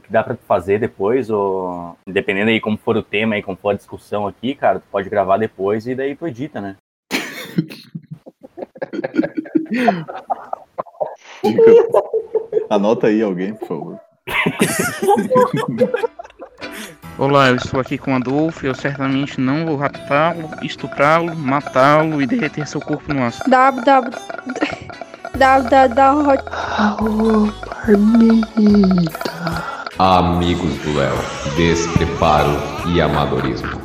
que dá pra tu fazer depois, ou dependendo aí como for o tema aí, como for a discussão aqui, cara, tu pode gravar depois e daí tu edita, né? Anota aí alguém, por favor. Olá, eu estou aqui com Adolfo. Eu certamente não vou raptá-lo, estuprá-lo, matá-lo e derreter seu corpo no aço. Amigos do Léo, despreparo e amadorismo.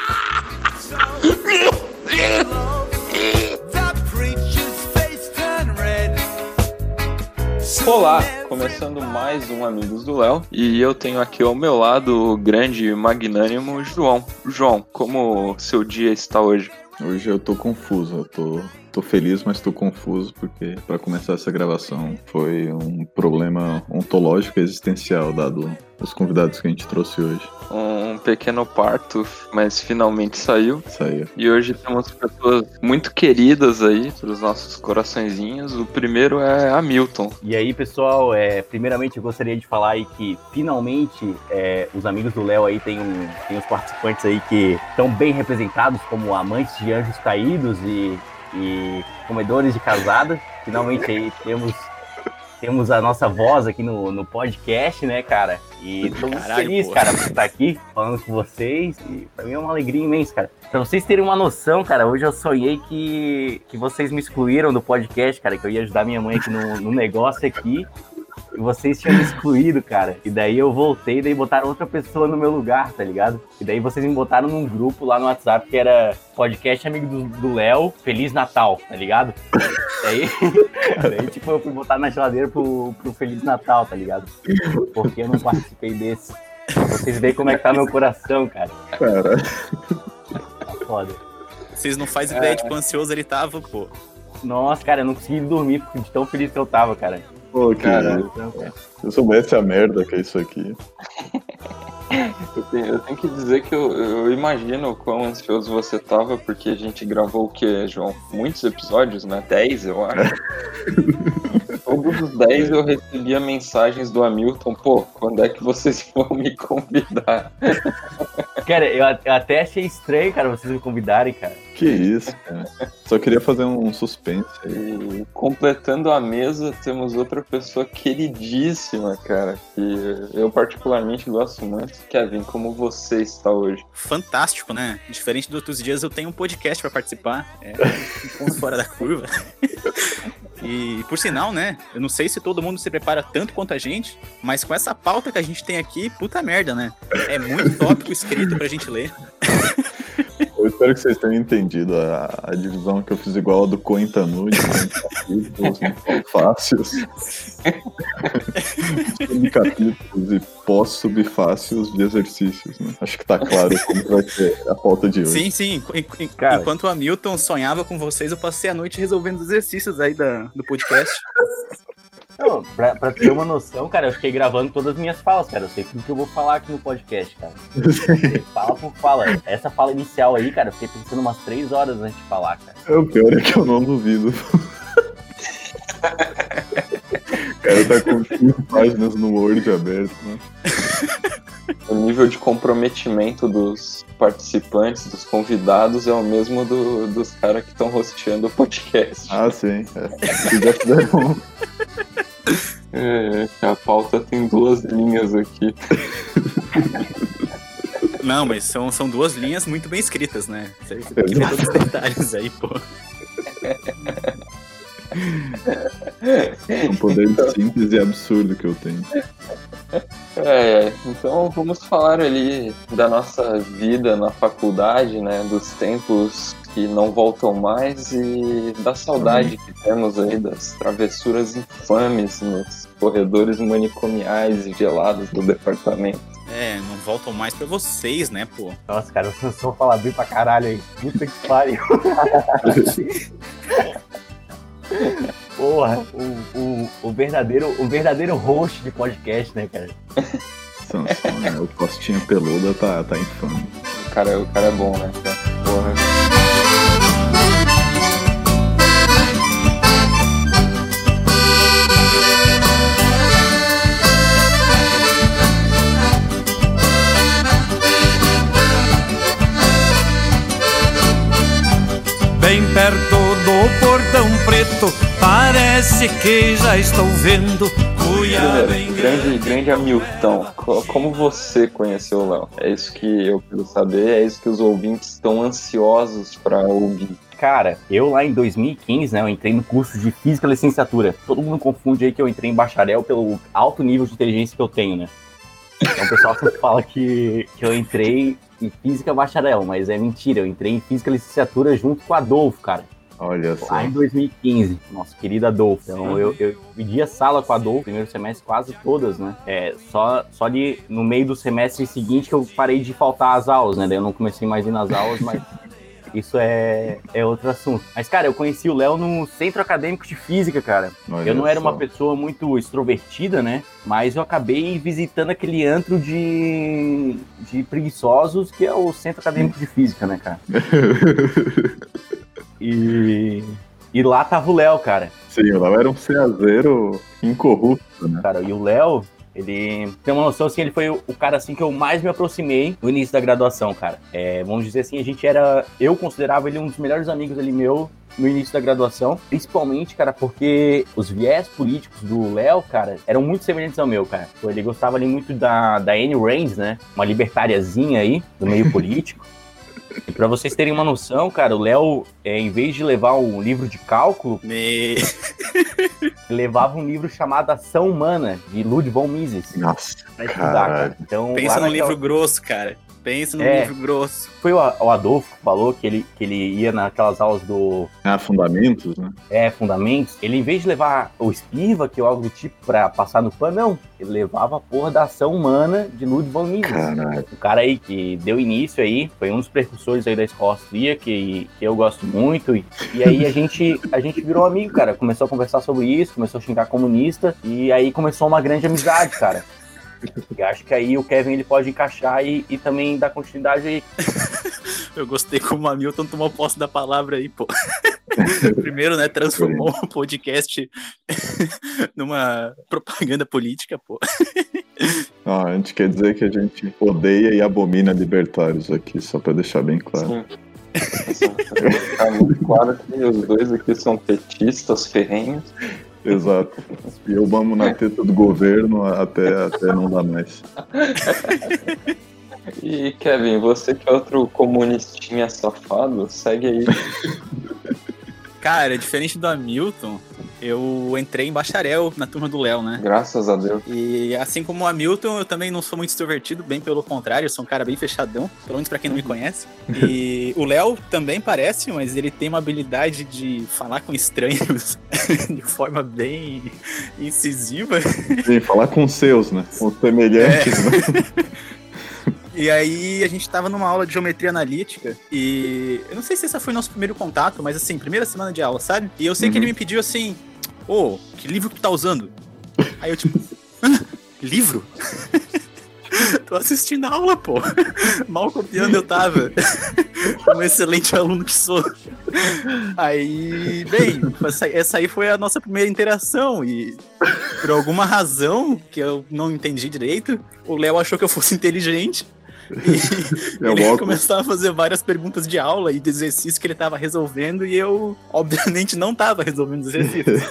Olá, começando mais um Amigos do Léo, e eu tenho aqui ao meu lado o grande e magnânimo João. João, como seu dia está hoje? Hoje eu tô confuso, eu tô feliz, mas tô confuso, porque para começar essa gravação foi um problema ontológico existencial, dado os convidados que a gente trouxe hoje. Um pequeno parto, mas finalmente saiu. E hoje temos pessoas muito queridas aí para os nossos coraçõezinhos. O primeiro é Hamilton. E aí, pessoal, primeiramente eu gostaria de falar aí que finalmente os Amigos do Léo aí tem os participantes aí que estão bem representados como amantes de anjos caídos e comedores de casadas. Finalmente aí temos a nossa voz aqui no podcast, né, cara? E tô muito feliz, cara, por estar aqui falando com vocês. E pra mim é uma alegria imensa, cara. Pra vocês terem uma noção, cara, hoje eu sonhei que vocês me excluíram do podcast, cara, que eu ia ajudar minha mãe aqui no negócio aqui. E vocês tinham me excluído, cara. E daí eu voltei, daí botaram outra pessoa no meu lugar, tá ligado? E daí vocês me botaram num grupo lá no WhatsApp que era podcast Amigo do Léo, Feliz Natal, tá ligado? Daí tipo, eu fui botar na geladeira pro Feliz Natal, tá ligado? Porque eu não participei desse. Vocês veem como é que tá meu coração, cara. Tá foda. Vocês não fazem ideia de quão ansioso ele tava, pô. Nossa, cara, eu não consegui dormir de tão feliz que eu tava, cara. Pô, cara, eu soubesse a merda que é isso aqui. Eu tenho que dizer que eu imagino o quão ansioso você tava, porque a gente gravou o quê, João? Muitos episódios, né? 10, eu acho. Todos os 10 eu recebia mensagens do Hamilton, pô, quando é que vocês vão me convidar? Cara, eu até achei estranho, cara, vocês me convidarem, cara. Que isso, cara. Só queria fazer um suspense aí. E completando a mesa, temos outra pessoa queridíssima, cara, que eu particularmente gosto muito. Kevin, como você está hoje? Fantástico, né? Diferente dos outros dias, eu tenho um podcast pra participar. Um ponto fora da curva. E, por sinal, né, eu não sei se todo mundo se prepara tanto quanto a gente, mas com essa pauta que a gente tem aqui, puta merda, né? É muito tópico escrito pra gente ler. Eu espero que vocês tenham entendido a divisão que eu fiz igual a do Coentanu, de capítulos fáceis, subcapítulos e pós-subfácios de exercícios, né? Acho que tá claro como vai ser a pauta de hoje. Sim. Cara, enquanto o Hamilton sonhava com vocês, eu passei a noite resolvendo os exercícios aí do podcast. Não, pra ter uma noção, cara, eu fiquei gravando todas as minhas falas, cara. Eu sei tudo que eu vou falar aqui no podcast, cara. Fala por fala. Essa fala inicial aí, cara, eu fiquei pensando umas 3 horas antes de falar, cara. O pior é que eu não duvido. O cara tá com 5 páginas no Word aberto, né? O nível de comprometimento dos participantes, dos convidados, é o mesmo dos caras que estão hosteando o podcast. Ah, sim. Se já fizeram... A pauta tem 2 linhas aqui. Não, mas são 2 linhas muito bem escritas, né? Você tem que ver todos os detalhes aí, pô. Um poder de síntese absurdo que eu tenho. Então vamos falar ali da nossa vida na faculdade, né? Dos tempos que não voltam mais e da saudade que temos aí das travessuras infames nos corredores manicomiais e gelados do departamento. Não voltam mais pra vocês, né, pô? Nossa, cara, eu sou faladouro pra caralho aí. Puta que pariu. Porra, o verdadeiro host de podcast, né, cara? Sansão, né? O Costinha Peluda tá infame. O cara é bom, né, cara? Porra. perto do Portão Preto, parece que já estou vendo Cuiabá em Grande Hamilton, como você conheceu o Léo? É isso que eu quero saber, é isso que os ouvintes estão ansiosos para ouvir. Cara, eu lá em 2015, né, eu entrei no curso de Física Licenciatura. Todo mundo confunde aí que eu entrei em bacharel pelo alto nível de inteligência que eu tenho, né? Então o pessoal sempre fala que eu entrei em Física Bacharel, mas é mentira, eu entrei em Física Licenciatura junto com o Adolfo, cara. Olha só. Lá em 2015, nosso querido Adolfo. Então eu dividi a sala com o Adolfo, primeiro semestre quase todas, né? Só ali no meio do semestre seguinte que eu parei de faltar às aulas, né? Daí eu não comecei mais a ir nas aulas, mas isso é outro assunto. Mas, cara, eu conheci o Léo no Centro Acadêmico de Física, cara. Olha eu não era só. uma pessoa muito extrovertida, né? Mas eu acabei visitando aquele antro de preguiçosos que é o Centro Acadêmico de Física, né, cara? E lá tava o Léo, cara. Sim, o Léo era um ceazeiro incorrupto, né? Cara, e o Léo, ele tem uma noção, assim, ele foi o cara, assim, que eu mais me aproximei no início da graduação, cara. Vamos dizer assim, eu considerava ele um dos melhores amigos ali meu no início da graduação, principalmente, cara, porque os viés políticos do Léo, cara, eram muito semelhantes ao meu, cara. Ele gostava ali muito da Ayn Rand, né? Uma libertariazinha aí, do meio político. E pra vocês terem uma noção, cara, o Léo, em vez de levar um livro de cálculo, ele levava um livro chamado Ação Humana, de Ludwig von Mises. Nossa, pra estudar, cara. Então, pensa num livro grosso, cara. Pensa num livro grosso. Foi o Adolfo que falou que ele ia naquelas aulas do... Fundamentos, né? Fundamentos. Ele, em vez de levar o Spiva, que é algo do tipo, pra passar no pano, não. Ele levava a porra da Ação Humana de Ludwig von Mises. Caralho. O cara aí que deu início aí, foi um dos precursores aí da escola austríaca, que eu gosto muito. E aí a gente virou amigo, cara. Começou a conversar sobre isso, começou a xingar comunista. E aí começou uma grande amizade, cara. E acho que aí o Kevin ele pode encaixar e também dar continuidade aí. Eu gostei como o Hamilton tomou posse da palavra aí, pô. Primeiro, né, transformou o podcast numa propaganda política, pô. A gente quer dizer que a gente odeia e abomina libertários aqui, só pra deixar bem claro. Sim. Tá muito claro que os dois aqui são petistas ferrenhos. Exato. E eu vamos na teta do governo até não dar mais. E Kevin, você que é outro comunistinha safado, segue aí. Cara, diferente do Hamilton, eu entrei em bacharel na turma do Léo, né? Graças a Deus. E assim como o Hamilton, eu também não sou muito extrovertido, bem pelo contrário, eu sou um cara bem fechadão, pelo menos pra quem não me conhece. E o Léo também parece, mas ele tem uma habilidade de falar com estranhos de forma bem incisiva. Sim, falar com os seus, né? Com os semelhantes, né? E aí a gente tava numa aula de geometria analítica e eu não sei se esse foi o nosso primeiro contato, mas assim, primeira semana de aula, sabe? E eu sei que ele me pediu assim, que livro que tu tá usando? Aí eu tipo, livro? Tô assistindo a aula, pô. Mal copiando eu tava. Como excelente aluno que sou. Aí, bem, essa aí foi a nossa primeira interação e por alguma razão que eu não entendi direito, o Léo achou que eu fosse inteligente. E ele começava a fazer várias perguntas de aula e de exercício que ele tava resolvendo e eu, obviamente, não tava resolvendo os exercícios.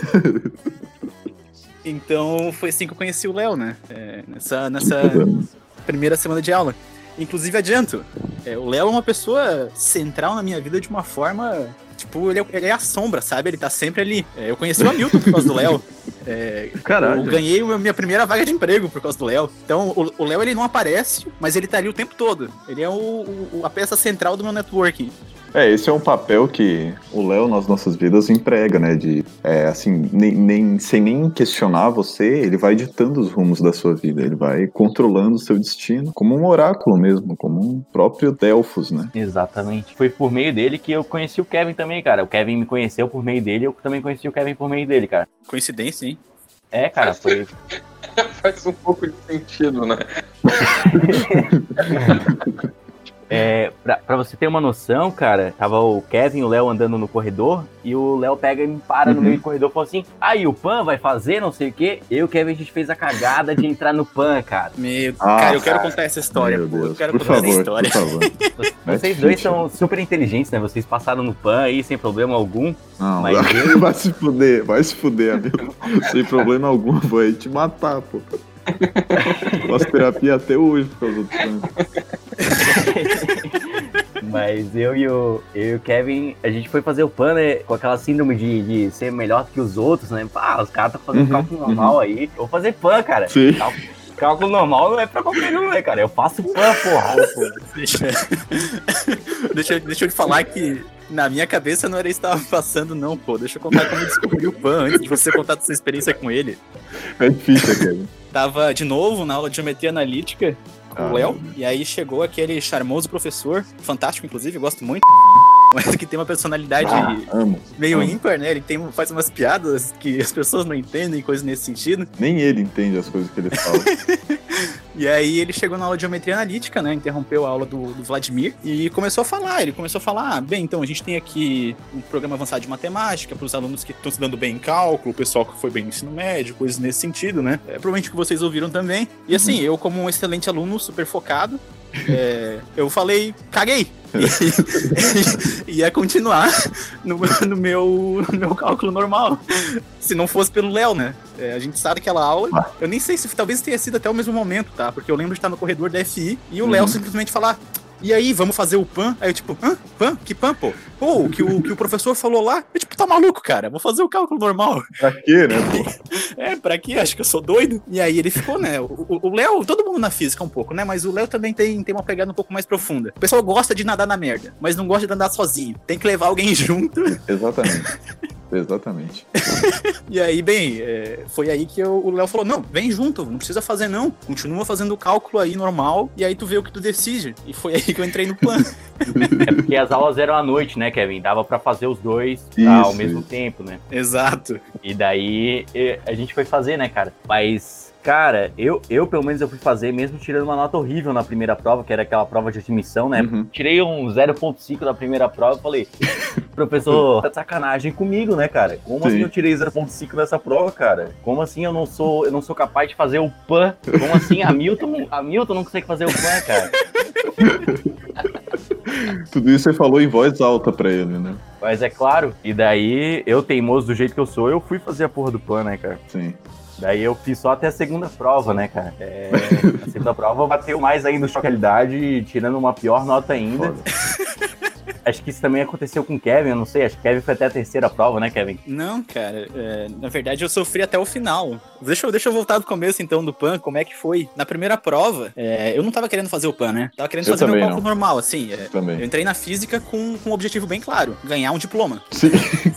Então, foi assim que eu conheci o Léo, né? Nessa primeira semana de aula. Inclusive, adianto, o Léo é uma pessoa central na minha vida de uma forma... Tipo, ele é a sombra, sabe? Ele tá sempre ali. Eu conheci o Hamilton por causa do Léo. Caralho. Eu ganhei a minha primeira vaga de emprego por causa do Léo. Então, o Léo, ele não aparece, mas ele tá ali o tempo todo. Ele é a peça central do meu networking. Esse é um papel que o Léo nas nossas vidas emprega, né? Assim, sem nem questionar você, ele vai ditando os rumos da sua vida, ele vai controlando o seu destino, como um oráculo mesmo, como um próprio Delfos, né? Exatamente. Foi por meio dele que eu conheci o Kevin também, cara. O Kevin me conheceu por meio dele, eu também conheci o Kevin por meio dele, cara. Coincidência, hein? Cara, foi... Faz um pouco de sentido, né? Pra você ter uma noção, cara, tava o Kevin e o Léo andando no corredor, e o Léo pega e me para no meio do corredor e fala assim, aí o Pan vai fazer não sei o quê. Eu e o Kevin, a gente fez a cagada de entrar no Pan, cara. Cara, eu quero contar essa história, pô. Eu quero contar essa história. Por favor. Vocês dois são super inteligentes, né? Vocês passaram no Pan aí sem problema algum. Não, mas vai se fuder, amigo. Sem problema algum, vai te matar, pô. Faço terapia até hoje por causa do Pan. Mas eu e o Kevin, a gente foi fazer o Pan, né, com aquela síndrome de ser melhor que os outros, né? Pá, os caras estão fazendo cálculo normal aí. Eu vou fazer Pan, cara. Sim. Cálculo normal não é pra qualquer um, né, cara? Eu faço Pan, porra. Deixa eu te falar que na minha cabeça não era isso que tava passando, não, pô. Deixa eu contar como eu descobri o Pan antes de você contar a sua experiência com ele. É difícil, Kevin. Tava de novo na aula de geometria analítica com o Léo, e aí chegou aquele charmoso professor, fantástico inclusive, eu gosto muito, mas que tem uma personalidade meio ímpar, né? Ele faz umas piadas que as pessoas não entendem, coisas nesse sentido. Nem ele entende as coisas que ele fala. E aí ele chegou na aula de geometria analítica, né? Interrompeu a aula do Vladimir e começou a falar. Ele começou a falar, bem, então a gente tem aqui um programa avançado de matemática para os alunos que estão se dando bem em cálculo, o pessoal que foi bem no ensino médio, coisas nesse sentido, né? Provavelmente que vocês ouviram também. E assim, eu como um excelente aluno, super focado, eu falei, caguei! E ia continuar no meu cálculo normal. Se não fosse pelo Léo, né? A gente sabe aquela aula. Eu nem sei se talvez tenha sido até o mesmo momento, tá? Porque eu lembro de estar no corredor da FI e o Léo simplesmente falar: e aí, vamos fazer o Pan? Aí eu tipo, Pan? Que Pan, pô? Pô, o que o professor falou lá? Eu tipo, tá maluco, cara? Vou fazer o cálculo normal. Pra quê, né, pô? Pra quê? Acho que eu sou doido. E aí ele ficou, né? O Léo, todo mundo na física um pouco, né? Mas o Léo também tem uma pegada um pouco mais profunda. O pessoal gosta de nadar na merda, mas não gosta de andar sozinho. Tem que levar alguém junto. Exatamente. E aí, bem, foi aí que o Léo falou, não, vem junto, não precisa fazer não. Continua fazendo o cálculo aí normal, e aí tu vê o que tu decide. E foi aí que eu entrei no plano. É porque as aulas eram à noite, né, Kevin? Dava pra fazer os dois ao mesmo tempo, né? Exato. E daí a gente foi fazer, né, cara? Mas, cara, eu pelo menos eu fui fazer mesmo tirando uma nota horrível na primeira prova, que era aquela prova de admissão, né? Tirei um 0.5 na primeira prova e falei, professor, tá de sacanagem comigo, né, cara? Como assim eu tirei 0.5 nessa prova, cara? Como assim eu não sou capaz de fazer o PAN? Como assim a Milton não consegue fazer o PAN, cara? Tudo isso você falou em voz alta pra ele, né? Mas é claro, e daí eu, teimoso do jeito que eu sou, eu fui fazer a porra do PAN, né, cara? Sim. Daí eu fiz só até a segunda prova, né, cara? A segunda prova bateu mais ainda a qualidade, tirando uma pior nota ainda. Acho que isso também aconteceu com o Kevin, eu não sei, acho que o Kevin foi até a terceira prova, né, Kevin? Não, cara, na verdade eu sofri até o final. Deixa eu voltar do começo, então, do PAN, como é que foi. Na primeira prova, eu não tava querendo fazer o PAN, né? Tava querendo fazer meu cálculo normal, assim. Eu entrei na física com um objetivo bem claro, ganhar um diploma. Sim.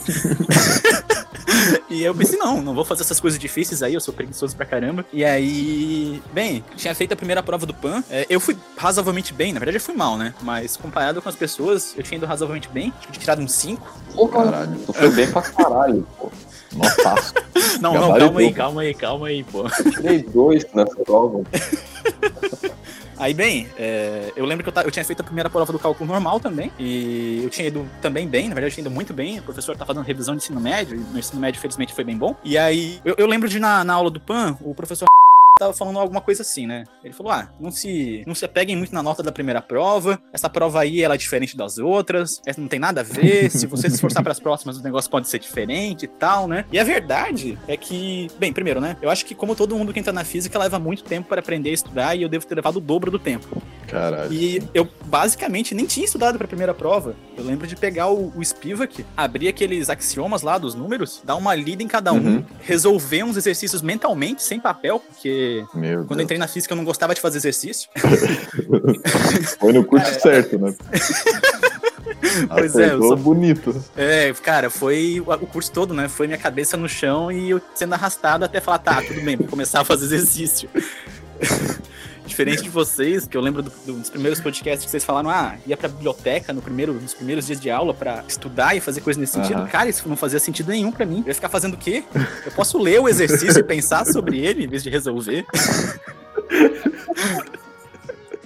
E eu pensei, não vou fazer essas coisas difíceis aí, eu sou preguiçoso pra caramba. E aí, bem, tinha feito a primeira prova do PAN, eu fui razoavelmente bem, na verdade eu fui mal, né? Mas comparado com as pessoas, eu tinha ido razoavelmente bem, tinha tirado um 5. Pô, caralho, tu foi bem pra caralho, pô. Nossa. Não, calma aí, pô. Eu tirei 2 nessa prova. Aí, bem, eu lembro que eu tinha feito a primeira prova do cálculo normal também, e eu tinha ido também bem, na verdade eu tinha ido muito bem, o professor tava dando revisão de ensino médio, e no ensino médio, felizmente, foi bem bom. E aí, eu lembro de na aula do PAN, o professor tava falando alguma coisa assim, né? Ele falou, não se apeguem muito na nota da primeira prova, essa prova aí, ela é diferente das outras, essa não tem nada a ver, se você se esforçar para as próximas, o negócio pode ser diferente e tal, né? E a verdade é que, bem, primeiro, né? Eu acho que como todo mundo que entra na física leva muito tempo para aprender a estudar e eu devo ter levado o dobro do tempo. Caralho. E eu, basicamente, nem tinha estudado pra primeira prova. Eu lembro de pegar o Spivak, abrir aqueles axiomas lá dos números, dar uma lida em cada um, resolver uns exercícios mentalmente, sem papel, porque quando eu entrei na física eu não gostava de fazer exercício. Foi no curso certo, né? Pois Acertou bonito. Cara, foi o curso todo, né? Foi minha cabeça no chão e eu sendo arrastado até falar, tá, tudo bem, vou começar a fazer exercício. Diferente de vocês, que eu lembro dos primeiros podcasts que vocês falaram, ia pra biblioteca nos primeiros dias de aula pra estudar e fazer coisa nesse sentido. Cara, isso não fazia sentido nenhum pra mim. Eu ia ficar fazendo o quê? Eu posso ler o exercício e pensar sobre ele em vez de resolver?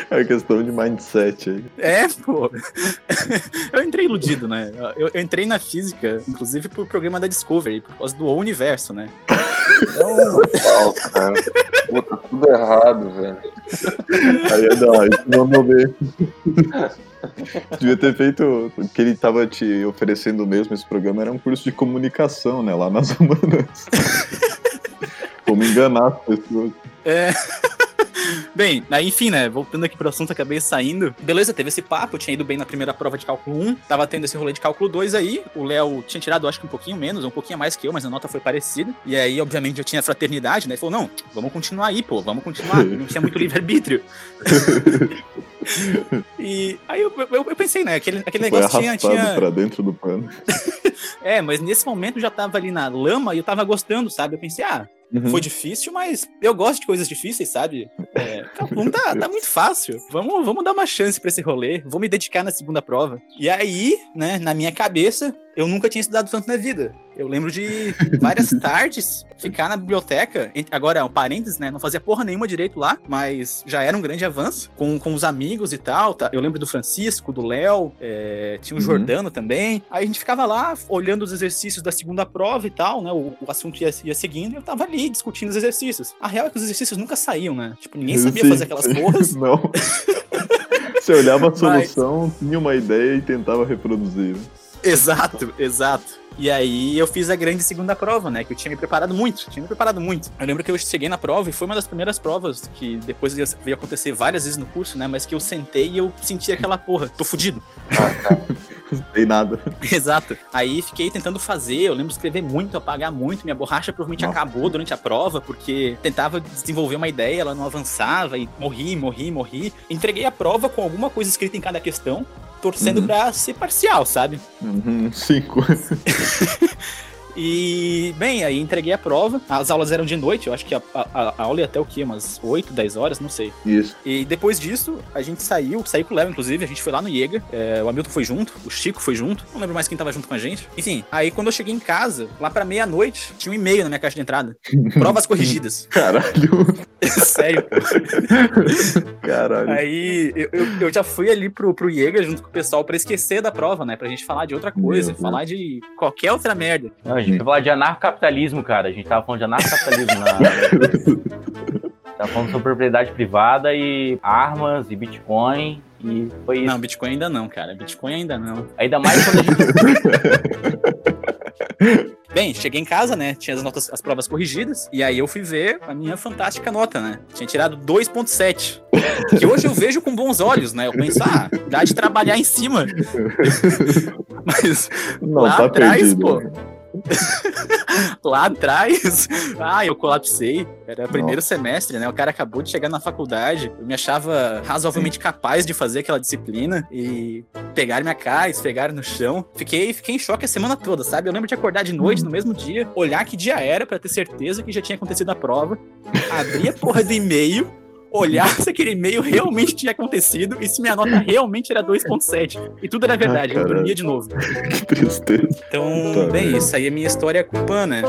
É questão de mindset aí. Pô. Eu entrei iludido, né? Eu entrei na física, inclusive por programa da Discovery, por causa do universo, né? Total, cara. Pô, tá tudo errado, velho. Aí é da hora, vamos ver. Devia ter feito o que ele tava te oferecendo mesmo. Esse programa era um curso de comunicação, né? Lá nas humanas. Como enganar as pessoas. Bem, aí enfim, né, voltando aqui pro assunto, acabei saindo. Beleza, teve esse papo, eu tinha ido bem na primeira prova de cálculo 1, tava tendo esse rolê de cálculo 2 aí, o Léo tinha tirado, acho que um pouquinho menos, um pouquinho a mais que eu, mas a nota foi parecida. E aí, obviamente, eu tinha fraternidade, né, ele falou, não, vamos continuar aí, pô, vamos continuar, não tinha muito livre-arbítrio. E aí eu pensei, né, aquele negócio tinha pra dentro do pano. Mas nesse momento eu já tava ali na lama e eu tava gostando, sabe, eu pensei, foi difícil, mas eu gosto de coisas difíceis, sabe? Cálculo 1 tá muito fácil. Vamos dar uma chance pra esse rolê. Vou me dedicar na segunda prova. E aí, né, na minha cabeça, eu nunca tinha estudado tanto na vida. Eu lembro de várias tardes ficar na biblioteca. Agora, um parênteses, né? Não fazia porra nenhuma direito lá, mas já era um grande avanço com os amigos e tal. Tá? Eu lembro do Francisco, do Léo, tinha o Jordano também. Aí a gente ficava lá olhando os exercícios da segunda prova e tal, né? O assunto ia seguindo e eu tava ali discutindo os exercícios. A real é que os exercícios nunca saíam, né? Tipo, ninguém sabia fazer aquelas porras. Não. Você olhava a solução, tinha uma ideia e tentava reproduzir. Exato. E aí eu fiz a grande segunda prova, né? Que eu tinha me preparado muito. Eu lembro que eu cheguei na prova e foi uma das primeiras provas que depois veio acontecer várias vezes no curso, né? Mas que eu sentei e eu senti aquela porra, tô fudido. Não tem nada. Exato. Aí fiquei tentando fazer, eu lembro de escrever muito, apagar muito. Minha borracha provavelmente acabou durante a prova, porque tentava desenvolver uma ideia, ela não avançava e morri. Entreguei a prova com alguma coisa escrita em cada questão, torcendo pra ser parcial, sabe? 5. E, bem, aí entreguei a prova. As aulas eram de noite, eu acho que a aula ia até o quê? Umas 8, 10 horas, não sei. Isso. E depois disso, a gente saí com o Léo, inclusive, a gente foi lá no Jäger, o Hamilton foi junto, o Chico foi junto, não lembro mais quem tava junto com a gente. Enfim, aí quando eu cheguei em casa, lá pra meia-noite, tinha um e-mail na minha caixa de entrada. Provas corrigidas. Caralho. Sério. Caralho. Aí eu já fui ali pro Jäger junto com o pessoal pra esquecer da prova, né? Pra gente falar de outra coisa, falar de qualquer outra merda. Não, a gente vai falar de anarcocapitalismo, cara. A gente tava falando de anarcocapitalismo. Tava falando sobre propriedade privada e armas e Bitcoin. E foi isso. Não, Bitcoin ainda não, cara. Bitcoin ainda não. Ainda mais quando a gente... Bem, cheguei em casa, né? Tinha as provas corrigidas. E aí eu fui ver a minha fantástica nota, né? Tinha tirado 2.7. Que hoje eu vejo com bons olhos, né? Eu penso, dá de trabalhar em cima. Mas não, lá tá atrás, perdido, pô... né? Lá atrás, eu colapsei. Era o primeiro semestre, né? O cara acabou de chegar na faculdade. Eu me achava razoavelmente capaz de fazer aquela disciplina e pegar minha cara, esfregar no chão. Fiquei em choque a semana toda, sabe? Eu lembro de acordar de noite no mesmo dia, olhar que dia era pra ter certeza que já tinha acontecido a prova, abrir a porra do e-mail, olhar se aquele e-mail realmente tinha acontecido e se minha nota realmente era 2.7. E tudo era verdade, eu dormia de novo. Que tristeza. Então, bem, isso aí é minha história cupã, né?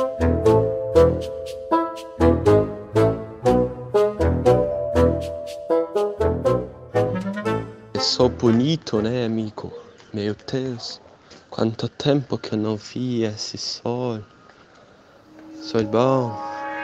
É só bonito, né, amigo? Meu Deus, quanto tempo que eu não vi esse sol. Sol bom.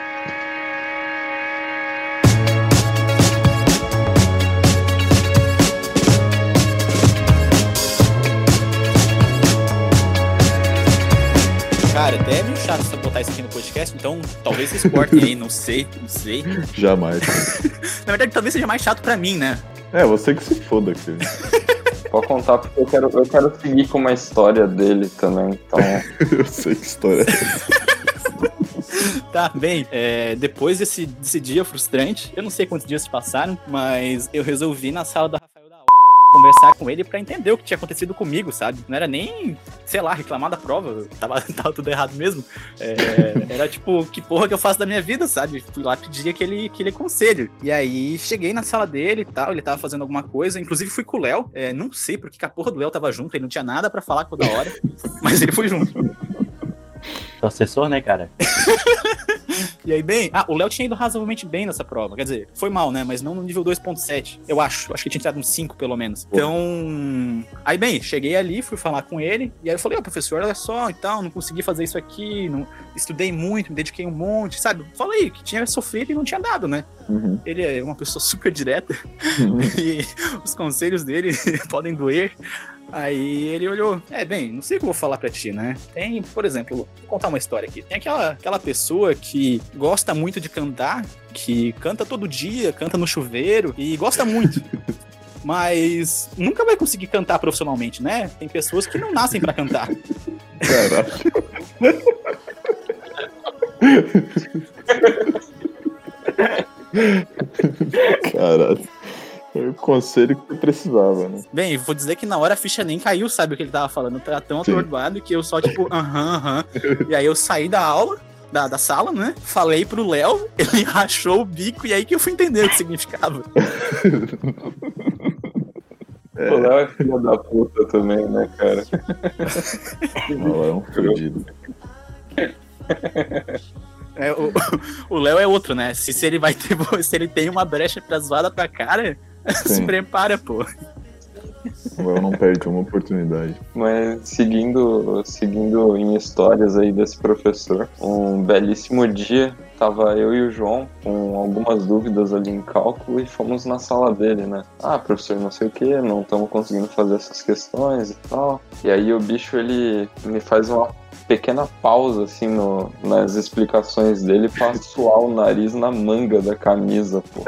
Cara, até é meio chato você botar isso aqui no podcast, então talvez vocês cortem aí, não sei. Jamais. Na verdade, talvez seja mais chato pra mim, né? Você que se foda, cara. Pode contar, porque eu quero seguir com uma história dele também, então... Eu sei que história é essa. Tá, bem, depois desse dia frustrante, eu não sei quantos dias se passaram, mas eu resolvi na sala da Rafael da Hora conversar com ele pra entender o que tinha acontecido comigo, sabe? Não era nem, sei lá, reclamar da prova, tava tudo errado mesmo. Era tipo, que porra que eu faço da minha vida, sabe? Fui lá pedir aquele conselho. E aí, cheguei na sala dele e tal, ele tava fazendo alguma coisa, inclusive fui com o Léo, não sei porque a porra do Léo tava junto, ele não tinha nada pra falar toda hora, mas ele foi junto. Assessor, né, cara? E aí, bem, o Léo tinha ido razoavelmente bem nessa prova. Quer dizer, foi mal, né? Mas não no nível 2.7. Eu acho que tinha tirado um 5, pelo menos. Então, aí, bem, cheguei ali, fui falar com ele. E aí eu falei, professor, olha só e tal, não consegui fazer isso aqui. Não... Estudei muito, me dediquei um monte, sabe? Falei que tinha sofrido e não tinha dado, né? Uhum. Ele é uma pessoa super direta. E os conselhos dele podem doer. Aí ele olhou, bem, não sei o que eu vou falar pra ti, né? Tem, por exemplo, vou contar uma história aqui. Tem aquela pessoa que gosta muito de cantar, que canta todo dia, canta no chuveiro e gosta muito. Mas nunca vai conseguir cantar profissionalmente, né? Tem pessoas que não nascem pra cantar. Caraca. Caralho. Foi o conselho que eu precisava, né? Bem, vou dizer que na hora a ficha nem caiu, sabe o que ele tava falando? Tá tão atordoado que eu só, tipo, aham. E aí eu saí da aula, da sala, né? Falei pro Léo, ele rachou o bico e aí que eu fui entender o que significava. O Léo é filho da puta também, né, cara? O Léo é um fudido. O Léo é outro, né? Se ele vai ter, se ele tem uma brecha pra zoada pra cara, se prepara, pô. O Léo não perde uma oportunidade. Mas seguindo em histórias aí desse professor, um belíssimo dia, tava eu e o João com algumas dúvidas ali em cálculo e fomos na sala dele, né? Professor, não sei o que, não estamos conseguindo fazer essas questões e tal. E aí o bicho, ele me faz uma pequena pausa, assim, nas explicações dele pra suar o nariz na manga da camisa, pô.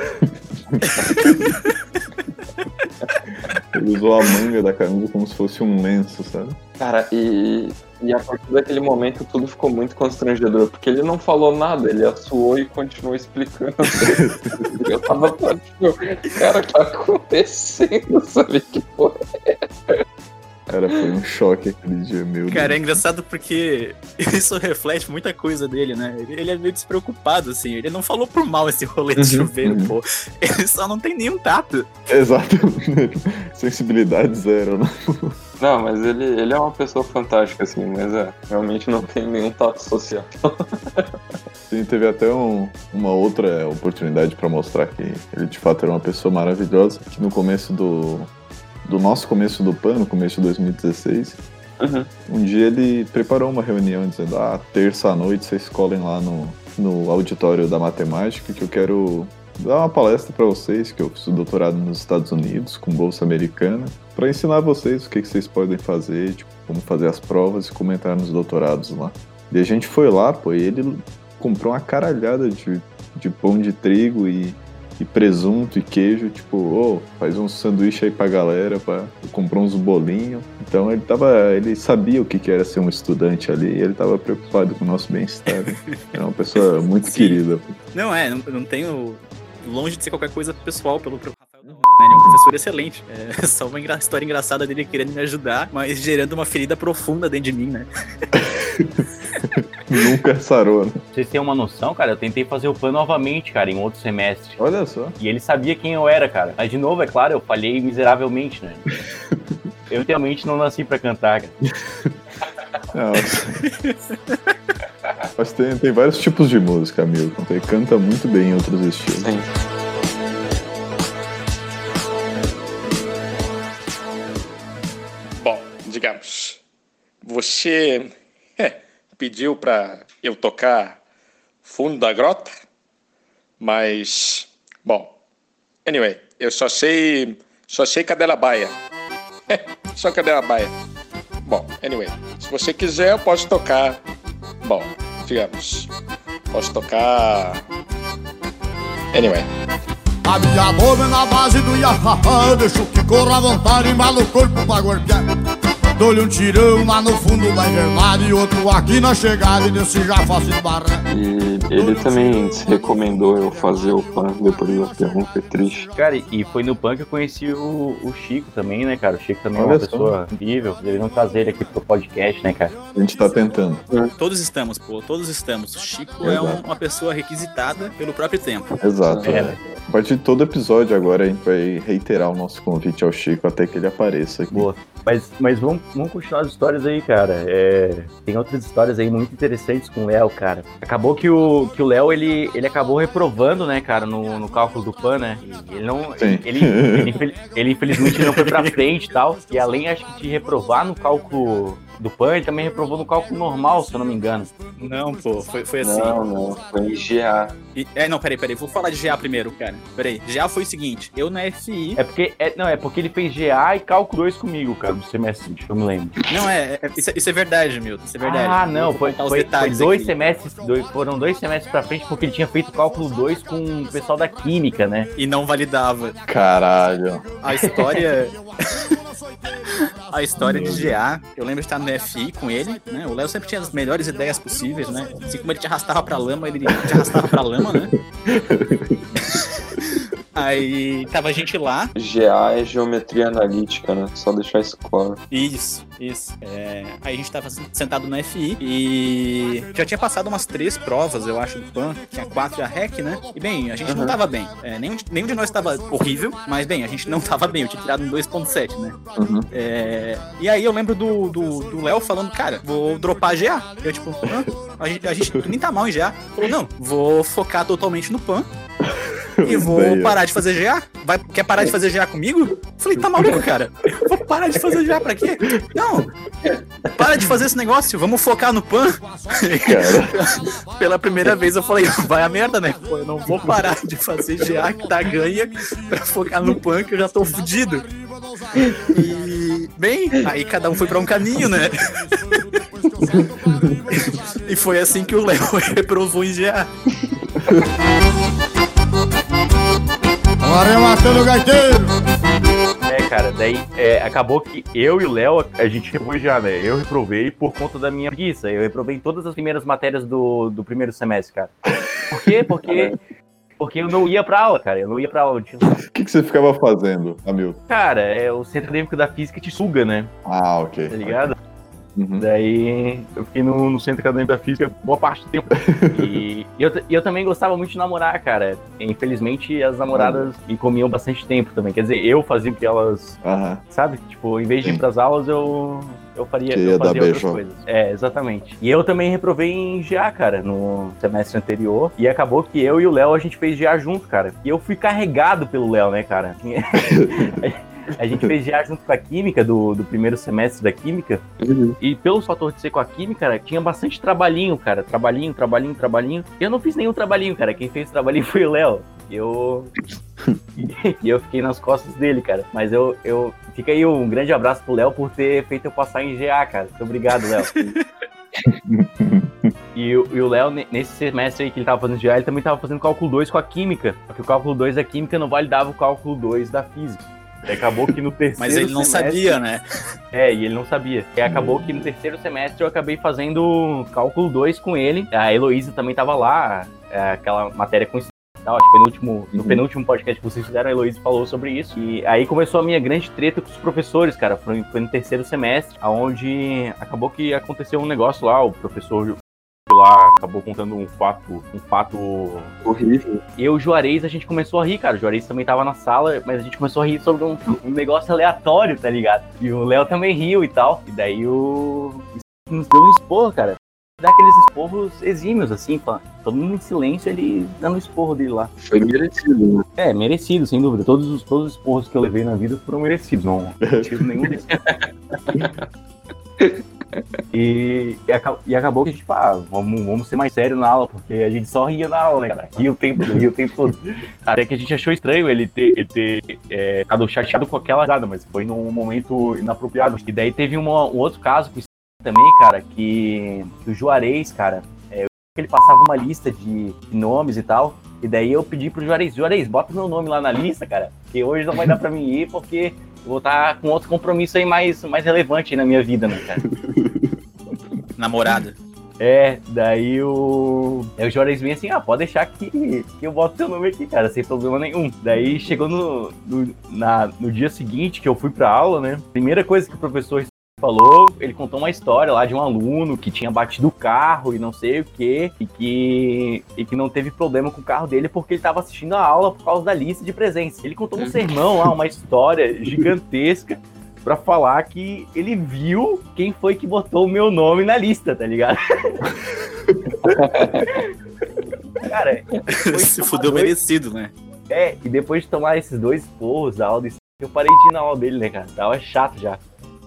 Ele usou a manga da camisa como se fosse um lenço, sabe? Cara, e a partir daquele momento tudo ficou muito constrangedor, porque ele não falou nada, ele assoou e continuou explicando. Eu tava tipo, cara, o que tá acontecendo, sabe? Que porra é essa? Cara, foi um choque aquele dia, meu Deus. Cara, é engraçado porque isso reflete muita coisa dele, né? Ele é meio despreocupado, assim. Ele não falou por mal esse rolê de chuveiro, pô. Ele só não tem nenhum tato. Exato. Sensibilidade zero, né? Não, mas ele é uma pessoa fantástica, assim, mas realmente não tem nenhum tato social. Sim, teve até uma outra oportunidade pra mostrar que ele de fato era uma pessoa maravilhosa, que no começo do nosso começo do PAN, no começo de 2016, um dia ele preparou uma reunião dizendo, terça à noite vocês colhem lá no auditório da matemática que eu quero dar uma palestra para vocês, que eu fiz doutorado nos Estados Unidos com bolsa americana, para ensinar vocês o que vocês podem fazer, tipo, como fazer as provas e como entrar nos doutorados lá. E a gente foi lá, pô, e ele comprou uma caralhada de pão de trigo e presunto e queijo, tipo, faz um sanduíche aí pra galera, comprou uns bolinhos. Então ele sabia o que era ser um estudante ali, e ele tava preocupado com o nosso bem-estar. É uma pessoa muito querida. Não tenho, longe de ser qualquer coisa pessoal pelo Rafael da Rosa, né? Ele é um professor excelente. É só uma história engraçada dele querendo me ajudar, mas gerando uma ferida profunda dentro de mim, né? Nunca sarou, né? Vocês têm uma noção, cara? Eu tentei fazer o PAN novamente, cara, em outro semestre. Olha só. E ele sabia quem eu era, cara. Mas, de novo, é claro, eu falhei miseravelmente, né? Eu realmente não nasci pra cantar, cara. Mas tem vários tipos de música, amigo. Ele canta muito bem em outros estilos. Sim. Bom, digamos, você pediu pra eu tocar Fundo da Grota, mas, bom, anyway, eu só sei Cadela Baia. Só Cadela Baia. Bom, anyway, se você quiser eu posso tocar, bom, digamos, posso tocar, anyway. A minha boba na base do iahá, deixo que corra à vontade, embala o corpo pra golpear. Dou-lhe um tirão lá no fundo da invernada e outro aqui na chegada, e desse já faço esbarrar. E ele também se recomendou eu fazer o PAN depois do avião, foi triste. Cara, e foi no PAN que eu conheci o Chico também, né, cara? O Chico também é uma pessoa incrível. Deveriam trazer ele aqui pro podcast, né, cara? A gente tá tentando. Todos estamos, pô, todos estamos. O Chico é uma pessoa requisitada pelo próprio tempo. Exato. A partir de todo episódio agora a gente vai reiterar o nosso convite ao Chico até que ele apareça aqui. Boa. Mas vamos continuar as histórias aí, cara. Tem outras histórias aí muito interessantes com o Léo, cara. Acabou que o Léo, ele acabou reprovando, né, cara, no cálculo do PAN, né? E ele não... Ele infelizmente não foi pra frente e tal. E além, acho que de reprovar no cálculo do PAN, ele também reprovou no cálculo normal, se eu não me engano. Não, pô, foi assim. Não, foi em GA. Não, peraí, vou falar de GA primeiro, cara. Peraí, GA foi o seguinte, eu na FI... É porque ele fez GA e cálculo 2 comigo, cara, do semestre seguinte, eu me lembro. Não, isso é verdade, Milton, isso é verdade. Ah, não, foi dois semestres, foram 2 semestres pra frente, porque ele tinha feito cálculo 2 com o pessoal da química, né? E não validava. Caralho. A história... A história de GA, eu lembro de estar no FI com ele, né? O Léo sempre tinha as melhores ideias possíveis, né? Assim como ele te arrastava pra lama, ele te arrastava pra lama, né? Aí tava a gente lá. GA é geometria analítica, né? Só deixar isso claro. Isso. Aí a gente tava sentado no FI e já tinha passado umas 3 provas, eu acho, do PAN. Tinha 4 da REC, né? E bem, a gente não tava bem. Nenhum de nós tava horrível, mas bem, a gente não tava bem. Eu tinha tirado um 2.7, né? E aí eu lembro do Léo falando, cara, vou dropar GA. Eu tipo, a gente nem tá mal em GA. Falou, não, vou focar totalmente no PAN. E vou parar de fazer GA? Quer parar de fazer GA comigo? Falei, tá maluco, cara? Eu vou parar de fazer GA pra quê? Não, para de fazer esse negócio, vamos focar no PAN. Pela primeira vez eu falei, vai a merda, né? Pô, eu não vou parar de fazer GA que tá ganha pra focar no PAN, que eu já tô fudido. E, bem, aí cada um foi pra um caminho, né? E foi assim que o Léo reprovou em GA. Arrematando o gaiteiro. Cara, daí acabou que eu e o Léo, a gente reprovou já, né? Eu reprovei por conta da minha preguiça. Eu reprovei em todas as primeiras matérias do primeiro semestre, cara. Por quê? Porque eu não ia pra aula, cara. Eu não ia pra aula. O que você ficava fazendo, Hamilton? Cara, o centro acadêmico da física te suga, né? Ah, ok. Tá ligado? Daí eu fiquei no centro acadêmico da física boa parte do tempo. E eu também gostava muito de namorar, cara. Infelizmente as namoradas me comiam bastante tempo também. Quer dizer, eu fazia o que elas... Sabe? Tipo, em vez de ir pras aulas, eu fazia outras coisas. Exatamente. E eu também reprovei em GA, cara, no semestre anterior. E acabou que eu e o Léo, a gente fez GA junto, cara. E eu fui carregado pelo Léo, né, cara? A gente fez GA junto com a química, do primeiro semestre da química. E pelo fator de ser com a química, cara, tinha bastante trabalhinho, cara. Trabalhinho. Eu não fiz nenhum trabalhinho, cara. Quem fez o trabalhinho foi o Léo. E eu fiquei nas costas dele, cara. Mas fica aí um grande abraço pro Léo por ter feito eu passar em GA, cara. Muito obrigado, Léo. E o Léo, nesse semestre aí que ele tava fazendo GA, ele também tava fazendo cálculo 2 com a química. Porque o cálculo 2 da química não validava o cálculo 2 da física. E acabou que no terceiro Mas ele não sabia, né? E ele não sabia. E acabou que no terceiro semestre eu acabei fazendo cálculo 2 com ele. A Heloísa também tava lá, aquela matéria com acho que foi no penúltimo podcast que vocês fizeram, a Heloísa falou sobre isso. E aí começou a minha grande treta com os professores, cara. Foi no terceiro semestre, onde acabou que aconteceu um negócio lá, o professor lá acabou contando um fato horrível. E o Juarez, a gente começou a rir, cara. O Juarez também tava na sala, mas a gente começou a rir sobre um negócio aleatório, tá ligado? E o Léo também riu e tal. E daí nos deu um esporro, cara. Dá aqueles esporros exímios, assim, todo mundo em silêncio, ele dando o esporro dele lá. Foi merecido, né? Merecido, sem dúvida. Todos os esporros que eu levei na vida foram merecidos, não tive nenhum desses. E acabou que, tipo, vamos ser mais sérios na aula, porque a gente só ria na aula, né, cara? Ria o tempo todo. Até que a gente achou estranho ele ter ficado chateado com aquela risada, mas foi num momento inapropriado. E daí teve um outro caso também, cara, que o Juarez, cara, ele passava uma lista de nomes e tal, e daí eu pedi pro Juarez, bota meu nome lá na lista, cara, que hoje não vai dar pra mim ir, porque eu vou estar com outro compromisso aí mais relevante aí na minha vida, né, cara? Namorada. Daí o Juarez vem assim, pode deixar que eu boto teu nome aqui, cara, sem problema nenhum. Daí chegou no dia seguinte que eu fui pra aula, né, primeira coisa que o professor falou, ele contou uma história lá de um aluno que tinha batido o carro e não sei o quê, e que não teve problema com o carro dele porque ele estava assistindo a aula por causa da lista de presença. Ele contou um sermão lá, uma história gigantesca, pra falar que ele viu quem foi que botou o meu nome na lista, tá ligado? Cara, se fudeu merecido, né? E depois de tomar esses 2 esporros da aula, eu parei de ir na aula dele, né, cara? Tava chato já.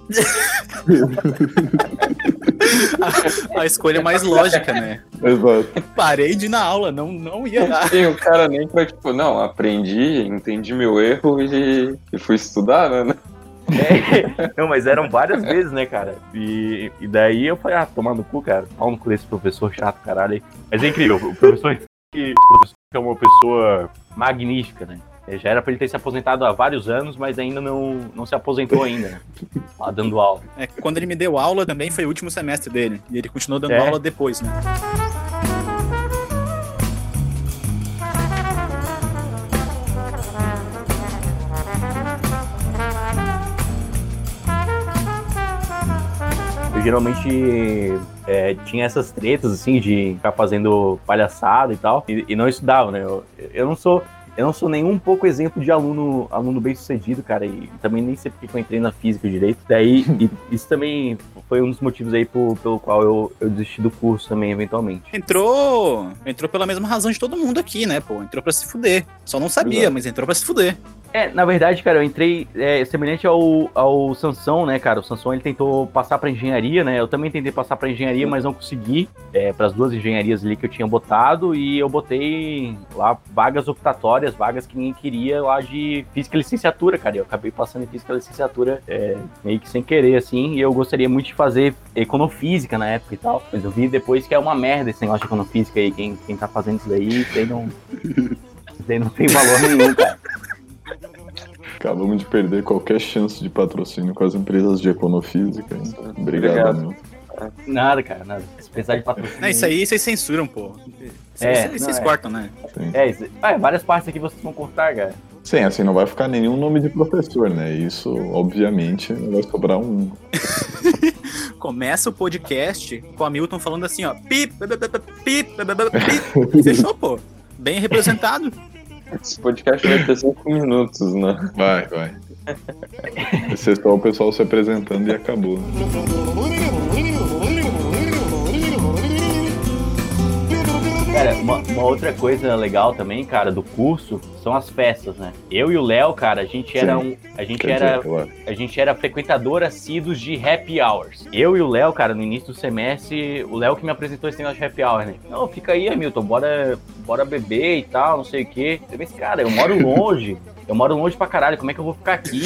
A escolha mais lógica, né? Exato. Parei de ir na aula, não ia dar. E o cara nem foi tipo, não, aprendi, entendi meu erro e fui estudar, né? Não, mas eram várias vezes, né, cara? E daí eu falei, tomar no cu, cara. Pau no cu desse professor chato, caralho aí. Mas é incrível, o professor é uma pessoa magnífica, né? Já era pra ele ter se aposentado há vários anos, mas ainda não se aposentou ainda, né? Lá dando aula. Quando ele me deu aula também foi o último semestre dele. E ele continuou dando aula depois, né? Eu geralmente tinha essas tretas, assim, de ficar fazendo palhaçada e tal, e não estudava, né? Eu não sou nem um pouco exemplo de aluno bem sucedido, cara, e também nem sei porque eu entrei na física direito. Daí, isso também foi um dos motivos aí pelo qual eu desisti do curso também, eventualmente. Entrou pela mesma razão de todo mundo aqui, né, pô? Entrou pra se fuder. Só não sabia, mas entrou pra se fuder. Na verdade, cara, eu entrei semelhante ao Sansão, né, cara? O Sansão, ele tentou passar pra engenharia, né? Eu também tentei passar pra engenharia, mas não consegui. Pras 2 engenharias ali que eu tinha botado, e eu botei lá vagas optatórias, vagas que ninguém queria lá de física e licenciatura, cara. Eu acabei passando em física e licenciatura meio que sem querer, assim, e eu gostaria muito de fazer econofísica na época e tal, mas eu vi depois que é uma merda esse negócio de econofísica aí. Quem tá fazendo isso daí não tem valor nenhum, cara. Acabamos de perder qualquer chance de patrocínio com as empresas de econofísica. Obrigado. Meu. Nada, cara, nada. Se precisar de patrocínio... Não, isso aí vocês censuram, pô. Vocês cortam, né? Várias partes aqui vocês vão cortar, cara. Sim, assim, não vai ficar nenhum nome de professor, né? Isso, obviamente, não vai sobrar um. Começa o podcast com a Milton falando assim, ó. Pip, pip, pip. Fechou, pô. Bem representado. Esse podcast vai ter 5 minutos, né? Vai. Esse é só o pessoal se apresentando e acabou. Cara, uma outra coisa legal também, cara, do curso são as festas, né? Eu e o Léo, cara, a gente era frequentador assíduos de happy hours. Eu e o Léo, cara, no início do semestre, o Léo que me apresentou esse negócio de happy hour, né? Não, fica aí, Hamilton, bora beber e tal, não sei o quê. Eu pensei, cara, eu moro longe pra caralho, como é que eu vou ficar aqui?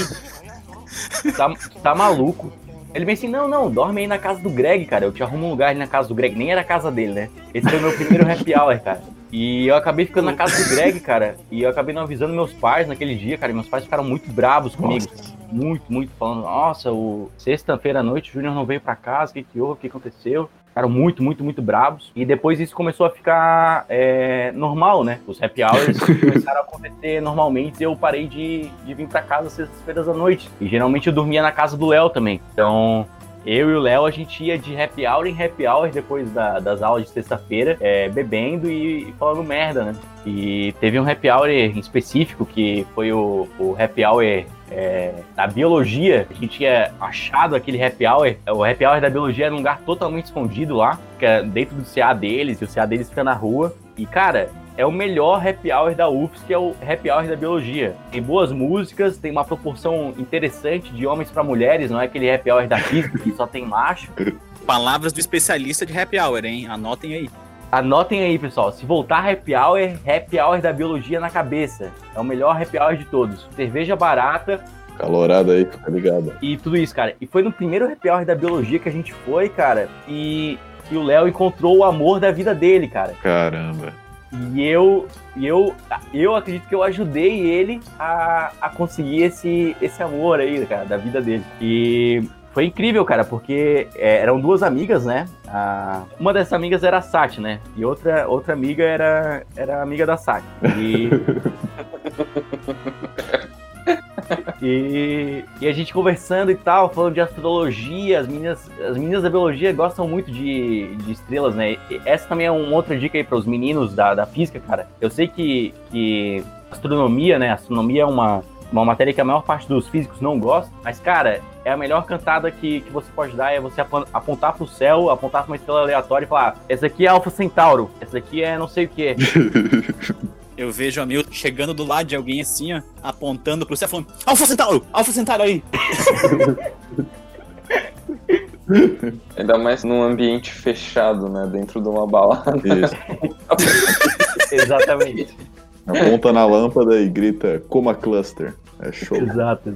Tá maluco? Ele bem assim, não, dorme aí na casa do Greg, cara. Eu te arrumo um lugar ali na casa do Greg. Nem era a casa dele, né? Esse foi o meu primeiro happy hour, cara. E eu acabei ficando na casa do Greg, cara. E eu acabei não avisando meus pais naquele dia, cara. E meus pais ficaram muito bravos comigo. Muito, falando, nossa, sexta-feira à noite o Júnior não veio pra casa. O que houve? O que aconteceu? Ficaram muito bravos. E depois isso começou a ficar normal, né? Os happy hours começaram a acontecer normalmente e eu parei de vir pra casa sextas-feiras à noite. E geralmente eu dormia na casa do Léo também. Então, eu e o Léo, a gente ia de happy hour em happy hour depois das aulas de sexta-feira, bebendo e falando merda, né? E teve um happy hour em específico que foi o happy hour... da biologia. A gente tinha achado aquele happy hour. O happy hour da biologia era um lugar totalmente escondido lá, que é dentro do CA deles, e o CA deles fica na rua. E, cara, é o melhor happy hour da UFSC, que é o happy hour da biologia. Tem boas músicas, tem uma proporção interessante de homens pra mulheres, não é aquele happy hour da física que só tem macho. Palavras do especialista de happy hour, hein? Anotem aí. Anotem aí, pessoal. Se voltar happy hour da biologia na cabeça. É o melhor happy hour de todos. Cerveja barata. Calorada aí, fica ligado. E tudo isso, cara. E foi no primeiro happy hour da biologia que a gente foi, cara. E o Léo encontrou o amor da vida dele, cara. Caramba. E eu acredito que eu ajudei ele a conseguir esse amor aí, cara, da vida dele. E... foi incrível, cara, porque eram 2 amigas, né? Uma dessas amigas era a Sati, né? E outra amiga era amiga da Sati. E a gente conversando e tal, falando de astrologia. As meninas da biologia gostam muito de estrelas, né? E essa também é uma outra dica aí para os meninos da física, cara. Eu sei que astronomia, né? Astronomia é uma matéria que a maior parte dos físicos não gosta, mas, cara, é a melhor cantada que você pode dar, é você apontar pro céu, apontar pra uma estrela aleatória e falar, essa aqui é Alpha Centauro, essa aqui é não sei o que. Eu vejo o Hamilton chegando do lado de alguém assim, ó, apontando pro céu, falando, Alpha Centauro aí! Ainda mais num ambiente fechado, né? Dentro de uma balada. Isso. Exatamente. Aponta na lâmpada e grita, coma cluster. É show. Exato.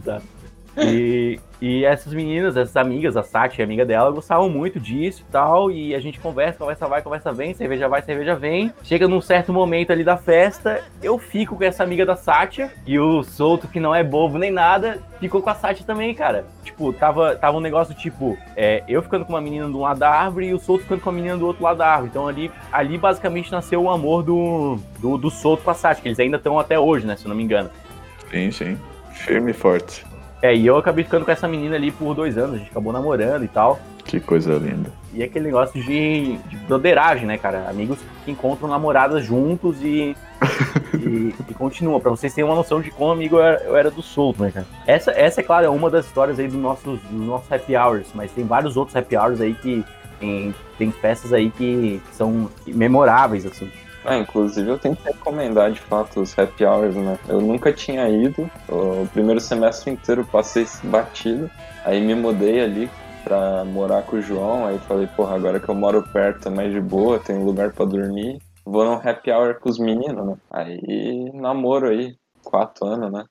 E essas meninas, essas amigas, a Sati, a amiga dela, gostavam muito disso e tal, e a gente conversa vai, conversa vem, cerveja vai, cerveja vem. Chega num certo momento ali da festa, eu fico com essa amiga da Sátia, e o Souto, que não é bobo nem nada, ficou com a Sátia também, cara. Tipo, tava um negócio tipo, eu ficando com uma menina de um lado da árvore e o Souto ficando com a menina do outro lado da árvore. Então ali basicamente nasceu o amor do Souto com a Sátia, que eles ainda estão até hoje, né, se eu não me engano. Sim. Firme e forte. E eu acabei ficando com essa menina ali por 2 anos, a gente acabou namorando e tal. Que coisa linda. E aquele negócio de broderagem, né, cara? Amigos que encontram namoradas juntos e continuam. Pra vocês terem uma noção de como amigo eu era do Souto, né, cara? Essa é, claro, é uma das histórias aí dos nossos happy hours, mas tem vários outros happy hours aí que tem festas aí que são memoráveis, assim. Inclusive eu tenho que recomendar de fato os happy hours, né? Eu nunca tinha ido, o primeiro semestre inteiro passei batido, aí me mudei ali pra morar com o João, aí falei, porra, agora que eu moro perto é mais de boa, tem lugar pra dormir, vou num happy hour com os meninos, né? Aí namoro aí, 4 anos, né?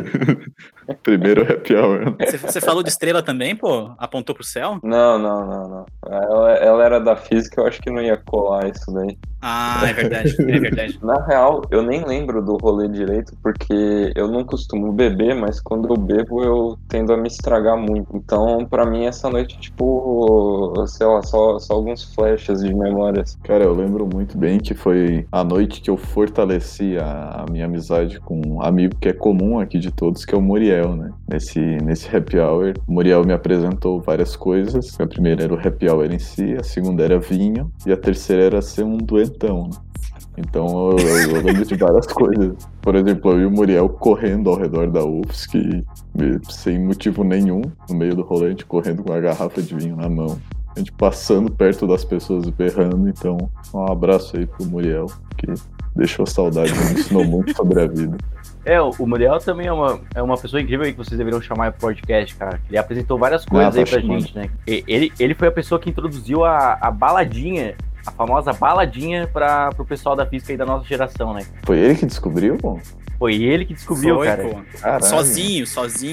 Primeiro happy hour. Você falou de estrela também, pô? Apontou pro céu? Não. Ela era da física, eu acho que não ia colar isso daí. Ah, é verdade. Na real, eu nem lembro do rolê direito, porque eu não costumo beber, mas quando eu bebo eu tendo a me estragar muito. Então, pra mim, essa noite, tipo, sei lá, só alguns flashes de memórias. Cara, eu lembro muito bem que foi a noite que eu fortaleci a minha amizade com um amigo que é comum aqui de todos, que é o Muriel, né? Nesse happy hour, o Muriel me apresentou várias coisas. A primeira era o happy hour em si, a segunda era vinho, e a terceira era ser um doentão, né? Então eu lembro de várias coisas. Por exemplo, eu e o Muriel correndo ao redor da UFSC, sem motivo nenhum, no meio do rolê, a gente correndo com uma garrafa de vinho na mão. A gente passando perto das pessoas berrando. Então, um abraço aí pro Muriel, que deixou saudade, me ensinou muito sobre a vida. O Muriel também é uma pessoa incrível aí que vocês deveriam chamar pro podcast, cara. Ele apresentou várias coisas aí pra gente, né? Ele foi a pessoa que introduziu a baladinha, a famosa baladinha pro pessoal da física aí da nossa geração, né? Foi ele que descobriu, pô? Foi ele que descobriu, cara. Pô. Sozinho.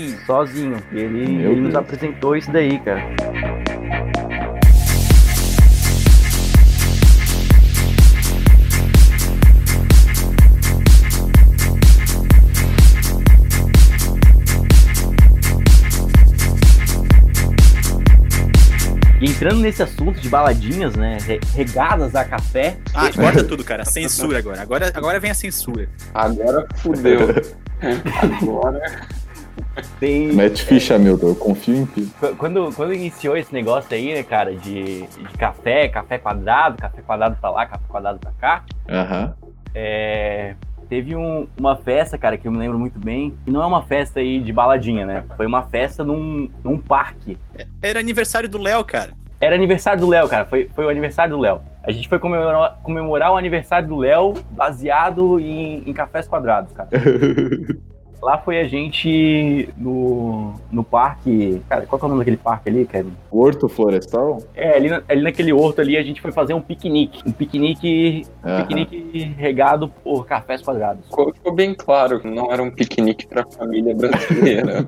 Ele nos apresentou isso daí, cara. E entrando nesse assunto de baladinhas, né, regadas a café... corta tudo, cara. Censura agora. Agora vem a censura. Agora fudeu. Agora... Mete ficha, Milton, eu confio em ti. Quando iniciou esse negócio aí, né, cara, de café quadrado pra lá, café quadrado pra cá... Teve uma festa, cara, que eu me lembro muito bem, que não é uma festa aí de baladinha, né? Foi uma festa num parque. Era aniversário do Léo, cara. Era aniversário do Léo, cara. Foi o aniversário do Léo. A gente foi comemorar o aniversário do Léo baseado em cafés quadrados, cara. Lá foi a gente no parque... Cara, qual que é o nome daquele parque ali, Kevin? Horto Florestal? Ali naquele horto ali a gente foi fazer um piquenique. Um piquenique regado por cafés quadrados. Ficou bem claro que não era um piquenique pra família brasileira.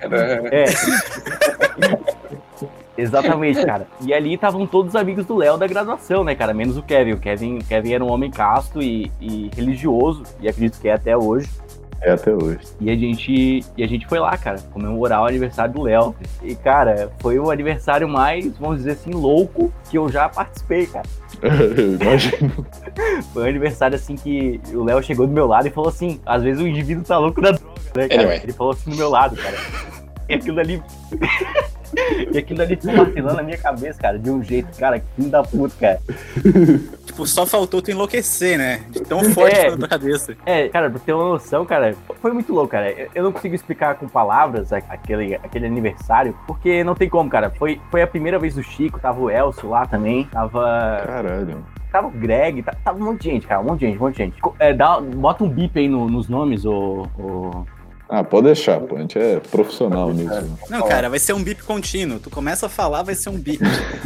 Exatamente, cara. E ali estavam todos os amigos do Léo da graduação, né, cara? Menos o Kevin. O Kevin era um homem casto e religioso, e acredito que é até hoje. É até hoje. E a gente foi lá, cara, comemorar o aniversário do Léo. E, cara, foi o aniversário mais, vamos dizer assim, louco que eu já participei, cara. Eu imagino. Foi um aniversário, assim, que o Léo chegou do meu lado e falou assim, às vezes o indivíduo tá louco da droga, né, cara? Anyway. Ele falou assim do meu lado, cara. E aquilo ali ficou martelando na minha cabeça, cara, de um jeito, cara, que filho da puta, cara. Tipo, só faltou tu enlouquecer, né? De tão forte foi na tua cabeça. Cara, pra ter uma noção, cara, foi muito louco, cara. Eu não consigo explicar com palavras aquele aniversário, porque não tem como, cara. Foi a primeira vez do Chico, tava o Elcio lá também, Caralho. Tava o Greg, tava um monte de gente, cara, um monte de gente. Bota um bip aí nos nomes, Ah, pode deixar, pô, a gente é profissional nisso. Não, cara, vai ser um bip contínuo. Tu começa a falar, vai ser um bip.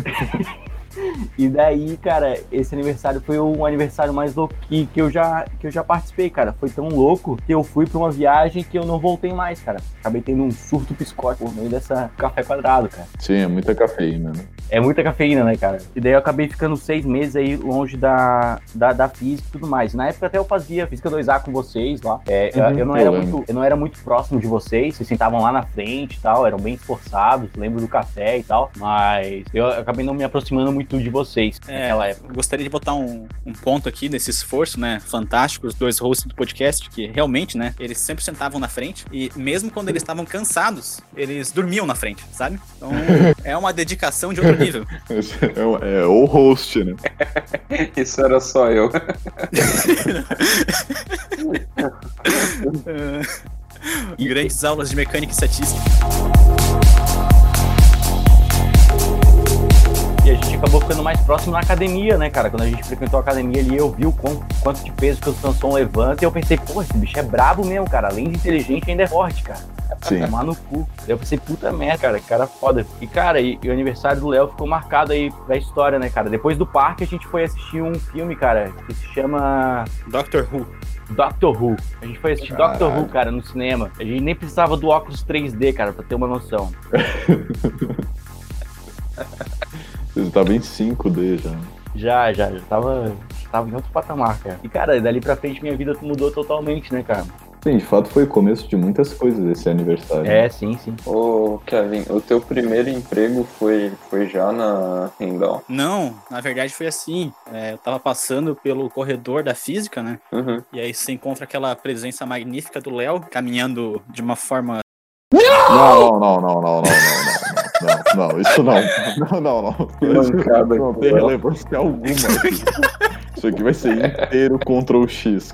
E daí, cara, esse aniversário foi o aniversário mais louco que eu já participei, cara. Foi tão louco que eu fui pra uma viagem que eu não voltei mais, cara. Acabei tendo um surto psicótico por meio dessa café quadrado, cara. Sim, é muita cafeína, né? É muita cafeína, né, cara? E daí eu acabei ficando 6 meses aí longe da física e tudo mais. Na época até eu fazia física 2A com vocês lá. Eu não era muito próximo de vocês sentavam lá na frente e tal, eram bem esforçados, lembro do café e tal, mas eu acabei não me aproximando muito de vocês naquela época. Gostaria de botar um ponto aqui nesse esforço, né, fantástico, os dois hosts do podcast, que realmente, né, eles sempre sentavam na frente e mesmo quando eles estavam cansados, eles dormiam na frente, sabe? Então é uma dedicação de outro nível. É o host, né? Isso era só eu. Grandes aulas de mecânica e estatística. E a gente acabou ficando mais próximo na academia, né, cara? Quando a gente frequentou a academia ali, eu vi o quanto de peso que o Samson levanta e eu pensei, pô, esse bicho é brabo mesmo, cara. Além de inteligente, ainda é forte, cara. Sim. Tomar no cu. Eu pensei, puta merda, cara foda. E, cara, e o aniversário do Léo ficou marcado aí pra história, né, cara? Depois do parque, a gente foi assistir um filme, cara, que se chama Doctor Who. Doctor Who. A gente foi assistir Doctor Who, cara, no cinema. A gente nem precisava do óculos 3D, cara, pra ter uma noção. Você tava em 5D já. Já tava em outro patamar, cara. E, cara, dali pra frente minha vida mudou totalmente, né, cara? Sim, de fato foi o começo de muitas coisas esse aniversário. Sim. Ô, Kevin, o teu primeiro emprego foi já na Rindal? Não, na verdade foi assim. Eu tava passando pelo corredor da física, né? Uhum. E aí você encontra aquela presença magnífica do Léo caminhando de uma forma... Não, isso não. Não tem relevância alguma. Isso aqui vai ser inteiro Ctrl X.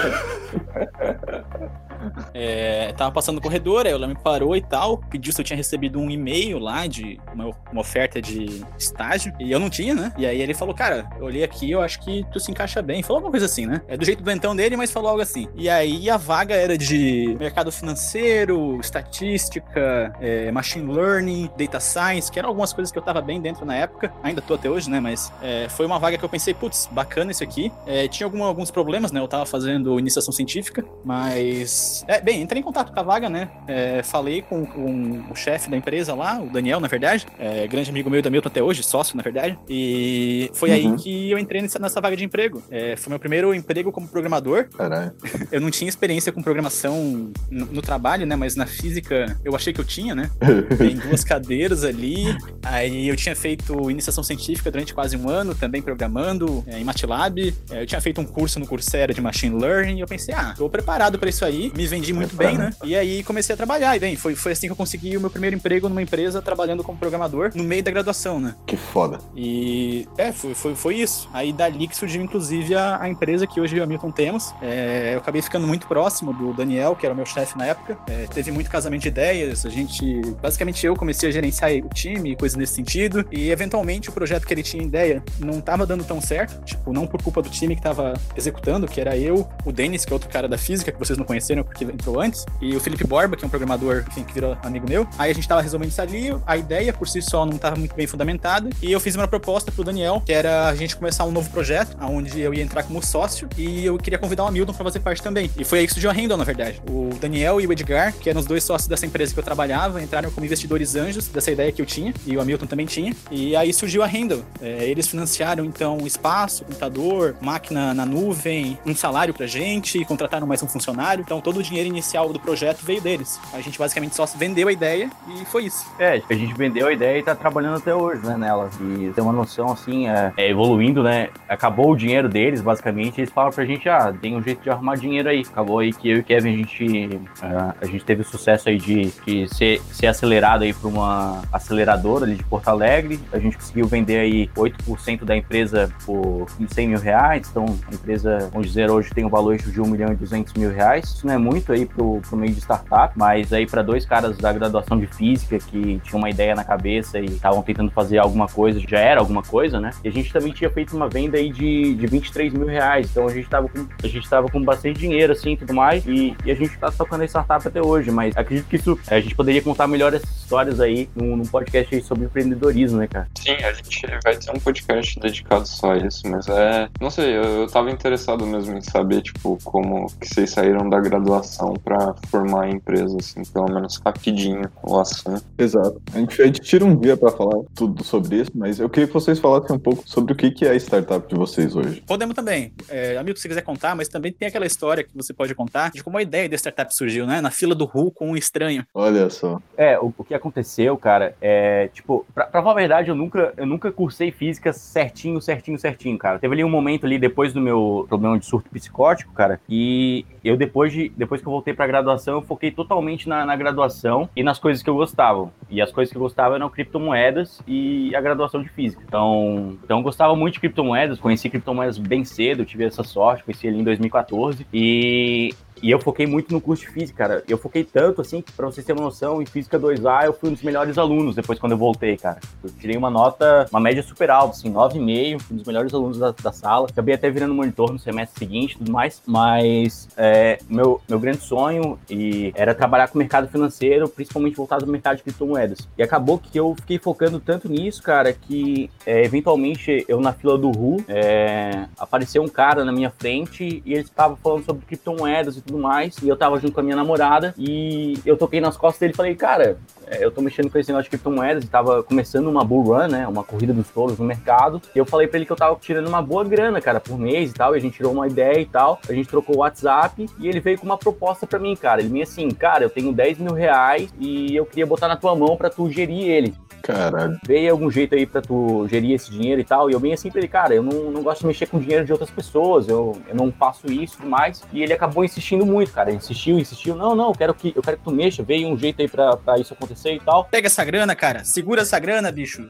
Tava passando no corredor, aí o Léo me parou e tal, pediu se eu tinha recebido um e-mail lá de uma oferta de estágio, e eu não tinha, né? E aí ele falou, cara, eu olhei aqui, eu acho que tu se encaixa bem. Falou alguma coisa assim, né? É do jeito doentão dele, mas falou algo assim. E aí a vaga era de mercado financeiro, estatística, machine learning, data science, que eram algumas coisas que eu tava bem dentro na época, ainda tô até hoje, né? Mas foi uma vaga que eu pensei, putz, bacana isso aqui. Tinha alguns problemas, né? Eu tava fazendo iniciação científica, mas... bem, entrei em contato com a vaga, né? Falei com o chefe da empresa lá, o Daniel, na verdade. Grande amigo meu da Milton até hoje, sócio, na verdade. E foi aí que eu entrei nessa vaga de emprego. Foi meu primeiro emprego como programador. Caralho. Eu não tinha experiência com programação no trabalho, né? Mas na física eu achei que eu tinha, né? Tem 2 cadeiras ali. Aí eu tinha feito iniciação científica durante quase 1 ano, também programando em MATLAB. Eu tinha feito um curso no Coursera de Machine Learning. E eu pensei, tô preparado pra isso aí. Me vendi muito bem, né? E aí comecei a trabalhar. E bem, foi assim que eu consegui o meu primeiro emprego numa empresa trabalhando como programador no meio da graduação, né? Que foda. E foi isso. Aí dali que surgiu, inclusive, a empresa que hoje eu e o Hamilton temos. Eu acabei ficando muito próximo do Daniel, que era o meu chefe na época. Teve muito casamento de ideias. Basicamente eu comecei a gerenciar o time, coisas nesse sentido. E eventualmente o projeto que ele tinha ideia não tava dando tão certo. Tipo, não por culpa do time que tava executando, que era eu, o Denis, que é outro cara da física, que vocês não conheceram porque entrou antes, e o Felipe Borba, que é um programador, enfim, que virou amigo meu. Aí a gente tava resolvendo isso ali, a ideia por si só não tava muito bem fundamentada, e eu fiz uma proposta pro Daniel, que era a gente começar um novo projeto, onde eu ia entrar como sócio, e eu queria convidar o Hamilton pra fazer parte também. E foi aí que surgiu a Rindal, na verdade. O Daniel e o Edgar, que eram os 2 sócios dessa empresa que eu trabalhava, entraram como investidores anjos dessa ideia que eu tinha, e o Hamilton também tinha, e aí surgiu a Rindal. Eles financiaram, então, espaço, computador, máquina na nuvem, um salário pra gente, contrataram mais um funcionário, então todo todo o dinheiro inicial do projeto veio deles. A gente basicamente só vendeu a ideia e foi isso. A gente vendeu a ideia e tá trabalhando até hoje, né, nela. E tem uma noção, assim, evoluindo, né? Acabou o dinheiro deles, basicamente, e eles falam pra gente, tem um jeito de arrumar dinheiro aí. Acabou aí que eu e o Kevin, a gente teve o sucesso aí de ser acelerado aí pra uma aceleradora ali de Porto Alegre. A gente conseguiu vender aí 8% da empresa por 100 mil reais. Então, a empresa, vamos dizer, hoje tem um valor de 1.200.000 reais. Isso não é muito aí pro meio de startup, mas aí para 2 caras da graduação de física que tinham uma ideia na cabeça e estavam tentando fazer alguma coisa, já era alguma coisa, né? E a gente também tinha feito uma venda aí de 23 mil reais. Então, a gente tava com bastante dinheiro, assim, e tudo mais. E a gente tá tocando a startup até hoje, mas acredito que isso, a gente poderia contar melhor essas histórias aí num podcast aí sobre empreendedorismo, né, cara? Sim, a gente vai ter um podcast dedicado só a isso, mas não sei, eu tava interessado mesmo em saber, tipo, como que vocês saíram da graduação pra formar a empresa, assim, pelo menos rapidinho o assunto. Exato. A gente tira um dia pra falar tudo sobre isso, mas eu queria que vocês falassem um pouco sobre o que é a startup de vocês hoje. Podemos também. Amigo, se você quiser contar, mas também tem aquela história que você pode contar de como a ideia da startup surgiu, né? Na fila do RU com um estranho. Olha só. O que aconteceu, cara, tipo, pra falar a verdade, eu nunca cursei física certinho, cara. Teve ali um momento ali, depois do meu problema de surto psicótico, cara, e eu depois que eu voltei pra graduação, eu foquei totalmente na graduação e nas coisas que eu gostava. E as coisas que eu gostava eram criptomoedas e a graduação de física. Então eu gostava muito de criptomoedas, conheci criptomoedas bem cedo, eu tive essa sorte, conheci ali em 2014, e eu foquei muito no curso de física, cara. Eu foquei tanto, assim, que pra vocês terem uma noção, em física 2A eu fui um dos melhores alunos depois quando eu voltei, cara. Eu tirei uma média super alta, assim, 9,5, fui um dos melhores alunos da sala. Acabei até virando monitor no semestre seguinte e tudo mais, mas meu grande sonho era trabalhar com o mercado financeiro, principalmente voltado ao mercado de criptomoedas. E acabou que eu fiquei focando tanto nisso, cara, que eventualmente eu na fila do RU, apareceu um cara na minha frente e eles estavam falando sobre criptomoedas e tudo mais, e eu tava junto com a minha namorada e eu toquei nas costas dele e falei, cara, eu tô mexendo com esse negócio de criptomoedas e tava começando uma bull run, né, uma corrida dos touros no mercado, e eu falei pra ele que eu tava tirando uma boa grana, cara, por mês e tal, e a gente tirou uma ideia e tal, a gente trocou o WhatsApp e ele veio com uma proposta pra mim, cara, ele me assim, cara, eu tenho 10 mil reais e eu queria botar na tua mão pra tu gerir ele. Caralho. Veio algum jeito aí pra tu gerir esse dinheiro e tal, e eu bem assim pra ele, cara, eu não gosto de mexer com dinheiro de outras pessoas, eu não faço isso e tudo mais, e ele acabou insistindo muito, cara, insistiu, não, eu quero que tu mexa, veio um jeito aí pra isso acontecer e tal. Pega essa grana, cara, segura essa grana, bicho.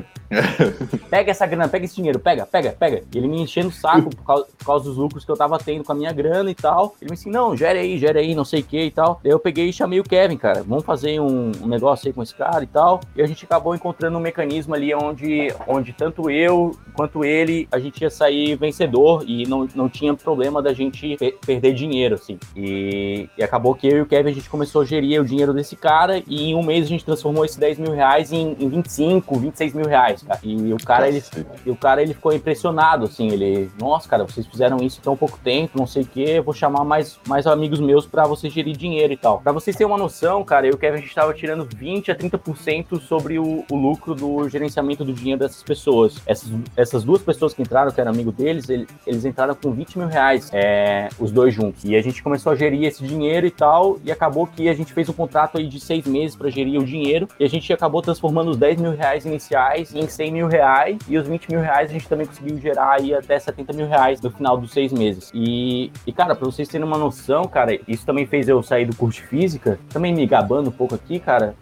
Pega essa grana, pega esse dinheiro, pega. E ele me enchendo o saco por causa dos lucros que eu tava tendo com a minha grana e tal. Ele me disse, não, gera aí, não sei o que e tal. Daí eu peguei e chamei o Kevin, cara, vamos fazer um negócio aí com esse cara e tal. E a gente acabou encontrando um mecanismo ali onde tanto eu quanto ele, a gente ia sair vencedor e não tinha problema da gente perder dinheiro, assim. E acabou que eu e o Kevin, a gente começou a gerir o dinheiro desse cara e em um mês a gente transformou esses 10 mil reais em 25, 26 mil reais, cara. E o cara, ele ficou impressionado, assim, ele, nossa, cara, vocês fizeram isso em tão pouco tempo, não sei o quê, eu vou chamar mais amigos meus pra vocês gerir dinheiro e tal. Pra vocês terem uma noção, cara, eu e o Kevin, a gente tava tirando 20 a 30% sobre o lucro do gerenciamento do dinheiro dessas pessoas. Essas duas pessoas que entraram, que eram amigo deles, eles entraram com 20 mil reais, os dois juntos. E a gente começou a gerir esse dinheiro e tal, e acabou que a gente fez um contrato aí de 6 meses pra gerir o dinheiro, e a gente acabou transformando os 10 mil reais iniciais em 100 mil reais, e os 20 mil reais a gente também conseguiu gerar aí até 70 mil reais no final dos 6 meses. E cara, pra vocês terem uma noção, cara, isso também fez eu sair do curso de física, também me gabando um pouco aqui, cara,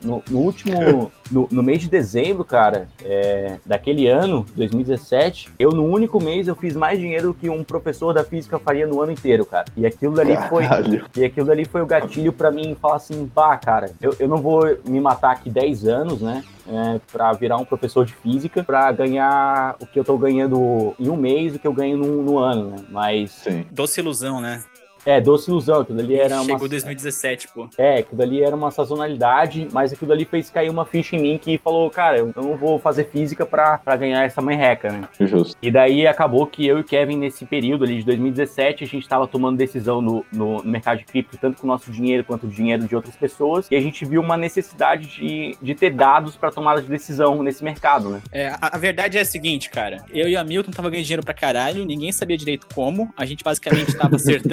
no mês de dezembro, cara, daquele ano, 2017, no único mês eu fiz mais dinheiro que um professor da física faria no ano inteiro, cara. E aquilo dali foi o gatilho pra mim falar assim, pá, cara, eu não vou me matar aqui 10 anos, né? Pra virar um professor de física, pra ganhar o que eu tô ganhando em um mês, o que eu ganho no ano, né? Mas... Sim. Doce ilusão, né? Doce ilusão, aquilo ali era Chegou 2017, pô. Aquilo dali era uma sazonalidade, mas aquilo ali fez cair uma ficha em mim que falou, cara, eu não vou fazer física pra ganhar essa merreca, né? Justo. E daí acabou que eu e o Kevin, nesse período ali de 2017, a gente tava tomando decisão no mercado de cripto, tanto com o nosso dinheiro quanto o dinheiro de outras pessoas, e a gente viu uma necessidade de ter dados pra tomada de decisão nesse mercado, né? A verdade é a seguinte, cara, eu e a Milton tava ganhando dinheiro pra caralho, ninguém sabia direito como, a gente basicamente tava acertando com umas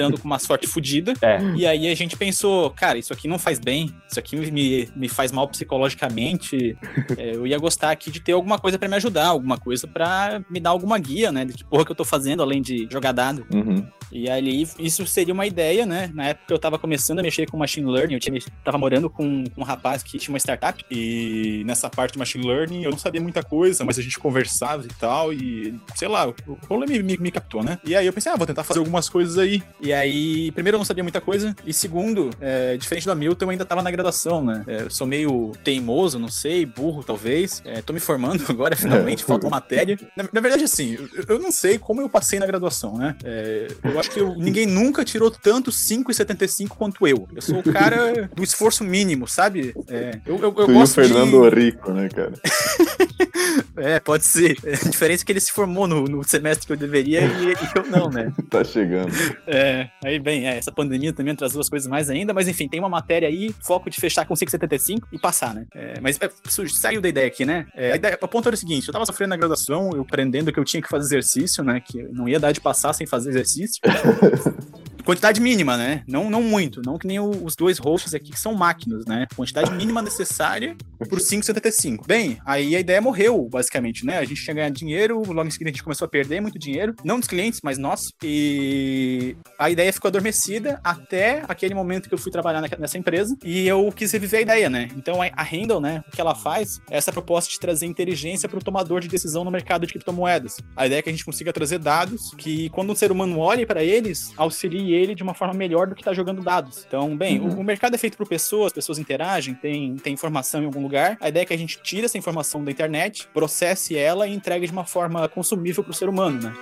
sorte fodida. E aí a gente pensou, cara, isso aqui não faz bem, isso aqui me faz mal psicologicamente. Eu ia gostar aqui de ter alguma coisa pra me ajudar, alguma coisa pra me dar alguma guia, né? De que porra que eu tô fazendo, além de jogar dado. E aí, isso seria uma ideia, né? Na época eu tava começando a mexer com Machine Learning, eu tava morando com um rapaz que tinha uma startup, e nessa parte de Machine Learning eu não sabia muita coisa, mas a gente conversava e tal, e sei lá, o rolê me captou, né? E aí eu pensei, vou tentar fazer algumas coisas aí. E aí, primeiro eu não sabia muita coisa, e segundo, diferente do Hamilton, eu ainda tava na graduação, né? Eu sou meio teimoso, não sei, burro talvez, tô me formando agora, finalmente, falta uma matéria. Na verdade, assim, eu não sei como eu passei na graduação, né? Eu acho que ninguém nunca tirou tanto 5,75 quanto eu. Eu sou o cara do esforço mínimo, sabe? Eu gosto e o Fernando Rico, né, cara? Pode ser. A diferença é que ele se formou no semestre que eu deveria e eu não, né? Tá chegando. Aí, bem, essa pandemia também atrasou as coisas mais ainda, mas enfim, tem uma matéria aí, foco de fechar com 5,75 e passar, né? Mas saiu da ideia aqui, né? O ponto era o seguinte, eu tava sofrendo na graduação, eu aprendendo que eu tinha que fazer exercício, né? Que não ia dar de passar sem fazer exercício. Quantidade mínima, né? Não muito. Não que nem os dois hosts aqui que são máquinas, né? Quantidade mínima necessária por 5,75. Bem, aí a ideia morreu, basicamente, né? A gente tinha ganhado dinheiro, logo em seguida a gente começou a perder muito dinheiro. Não dos clientes, mas nós. E a ideia ficou adormecida até aquele momento que eu fui trabalhar nessa empresa e eu quis reviver a ideia, né? Então a Handle, né? O que ela faz é essa proposta de trazer inteligência para o tomador de decisão no mercado de criptomoedas. A ideia é que a gente consiga trazer dados que, quando um ser humano olhe para eles, auxilie ele de uma forma melhor do que tá jogando dados. Então, bem, o mercado é feito por pessoas interagem, tem informação em algum lugar. A ideia é que a gente tire essa informação da internet, processe ela e entregue de uma forma consumível pro ser humano, né?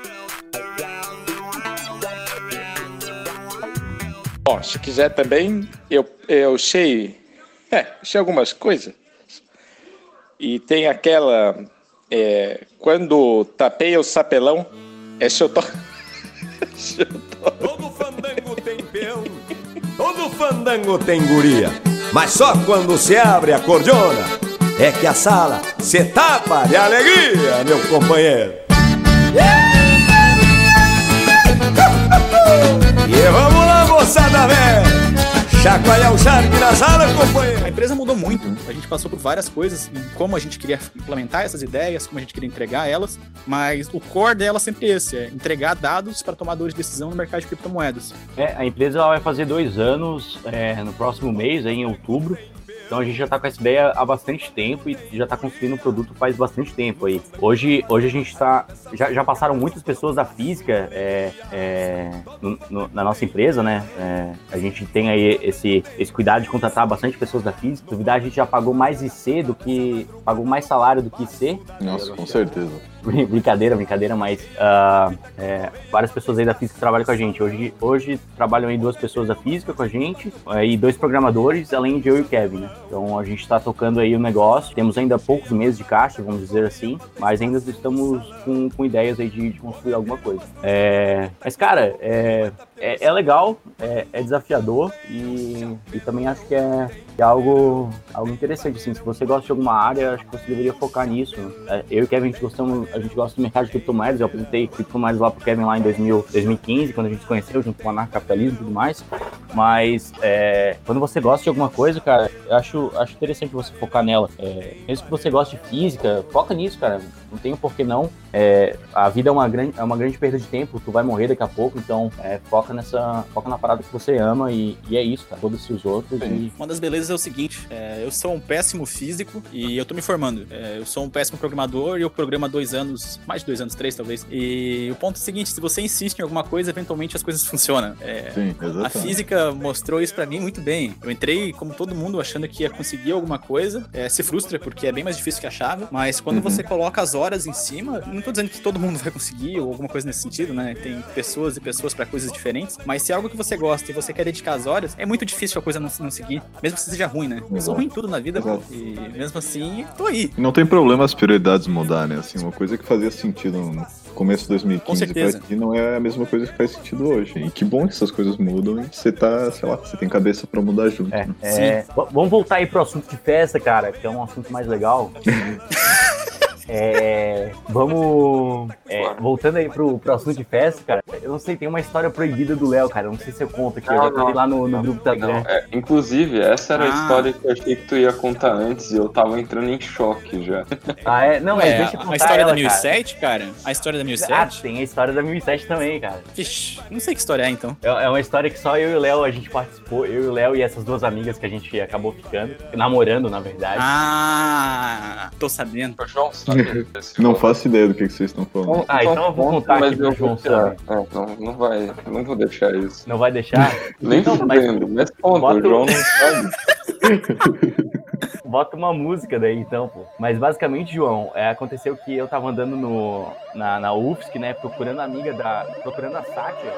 Bom, se quiser também, eu sei algumas coisas. E tem aquela, quando tapeia o sapelão, Todo fandango tem peão, todo fandango tem guria, mas só quando se abre a cordiona é que a sala se tapa de alegria, meu companheiro. E vamos lá, moçada velha! Chacoalhar o charme na sala, companheiro. A empresa mudou muito. A gente passou por várias coisas em como a gente queria implementar essas ideias, como a gente queria entregar elas, mas o core dela sempre esse, entregar dados para tomadores de decisão no mercado de criptomoedas. A empresa vai fazer 2 anos no próximo mês, aí, em outubro. Então a gente já está com essa ideia há bastante tempo e já está construindo um produto faz bastante tempo aí. Hoje a gente está... Já passaram muitas pessoas da física na nossa empresa, né? A gente tem aí esse cuidado de contratar bastante pessoas da física. Na verdade, a gente já pagou mais IC pagou mais salário do que IC. Nossa, com certeza. Brincadeira, mas várias pessoas aí da física trabalham com a gente. Hoje trabalham aí 2 pessoas da física com a gente e 2 programadores, além de eu e o Kevin, né? Então a gente está tocando aí o negócio. Temos ainda poucos meses de caixa, vamos dizer assim, mas ainda estamos com ideias aí de construir alguma coisa. Mas, cara, é legal, é desafiador e também acho que é algo interessante, assim. Se você gosta de alguma área, acho que você deveria focar nisso. Eu e o Kevin, a gente gosta do mercado de criptomoedas. Eu apresentei criptomoedas lá pro Kevin lá em 2015, quando a gente se conheceu, junto com o anarcapitalismo e tudo mais. Mas quando você gosta de alguma coisa, cara, eu acho interessante você focar nela. Mesmo que você goste de física, foca nisso, cara. Não tem por que não. A vida é uma grande perda de tempo. Tu vai morrer daqui a pouco, então foca na parada que você ama e é isso, cara. Foda-se os outros. Uma das belezas é o seguinte, eu sou um péssimo físico e eu tô me formando. Eu sou um péssimo programador e eu programo há 2 anos, mais de 2 anos, 3 talvez. E o ponto é o seguinte, se você insiste em alguma coisa, eventualmente as coisas funcionam. Sim, a física mostrou isso pra mim muito bem. Eu entrei, como todo mundo, achando que ia conseguir alguma coisa. Se frustra, porque é bem mais difícil que achava. Mas quando você coloca as horas em cima, não tô dizendo que todo mundo vai conseguir ou alguma coisa nesse sentido, né? Tem pessoas e pessoas pra coisas diferentes. Mas se é algo que você gosta e você quer dedicar as horas, é muito difícil a coisa não seguir. Mesmo que você seja ruim, né? Eu sou ruim em tudo na vida, pô. E mesmo assim, tô aí. Não tem problema as prioridades mudar, né? Assim, uma coisa que fazia sentido no começo de 2015 pra aqui não é a mesma coisa que faz sentido hoje. E que bom que essas coisas mudam e você tá, sei lá, você tem cabeça pra mudar junto. Né? Vamos voltar aí pro assunto de festa, cara, que é um assunto mais legal. Vamos. Voltando aí pro assunto de festa, cara. Eu não sei, tem uma história proibida do Léo, cara. Eu não sei se eu conto aqui. Eu já falei lá no grupo da Telegram. Inclusive, essa era a história que eu achei que tu ia contar antes e eu tava entrando em choque já. Não, mas deixa eu contar. A história ela, da 1007, cara? A história da 1007? Tem a história da 1007 também, cara. Vixe, não sei que história é, então. É uma história que só eu e o Léo a gente participou. Eu e o Léo e essas duas amigas que a gente acabou ficando. Namorando, na verdade. Tô sabendo. O João sabe. Não faço ideia do que vocês estão falando. Então eu vou contar aqui pro João sabe. Não vou deixar isso. Não vai deixar? Nem fudendo, mas conta, o João não sabe. Bota uma música daí, então, pô. Mas basicamente, João, aconteceu que eu tava andando na UFSC, né, procurando a amiga procurando a Sátia,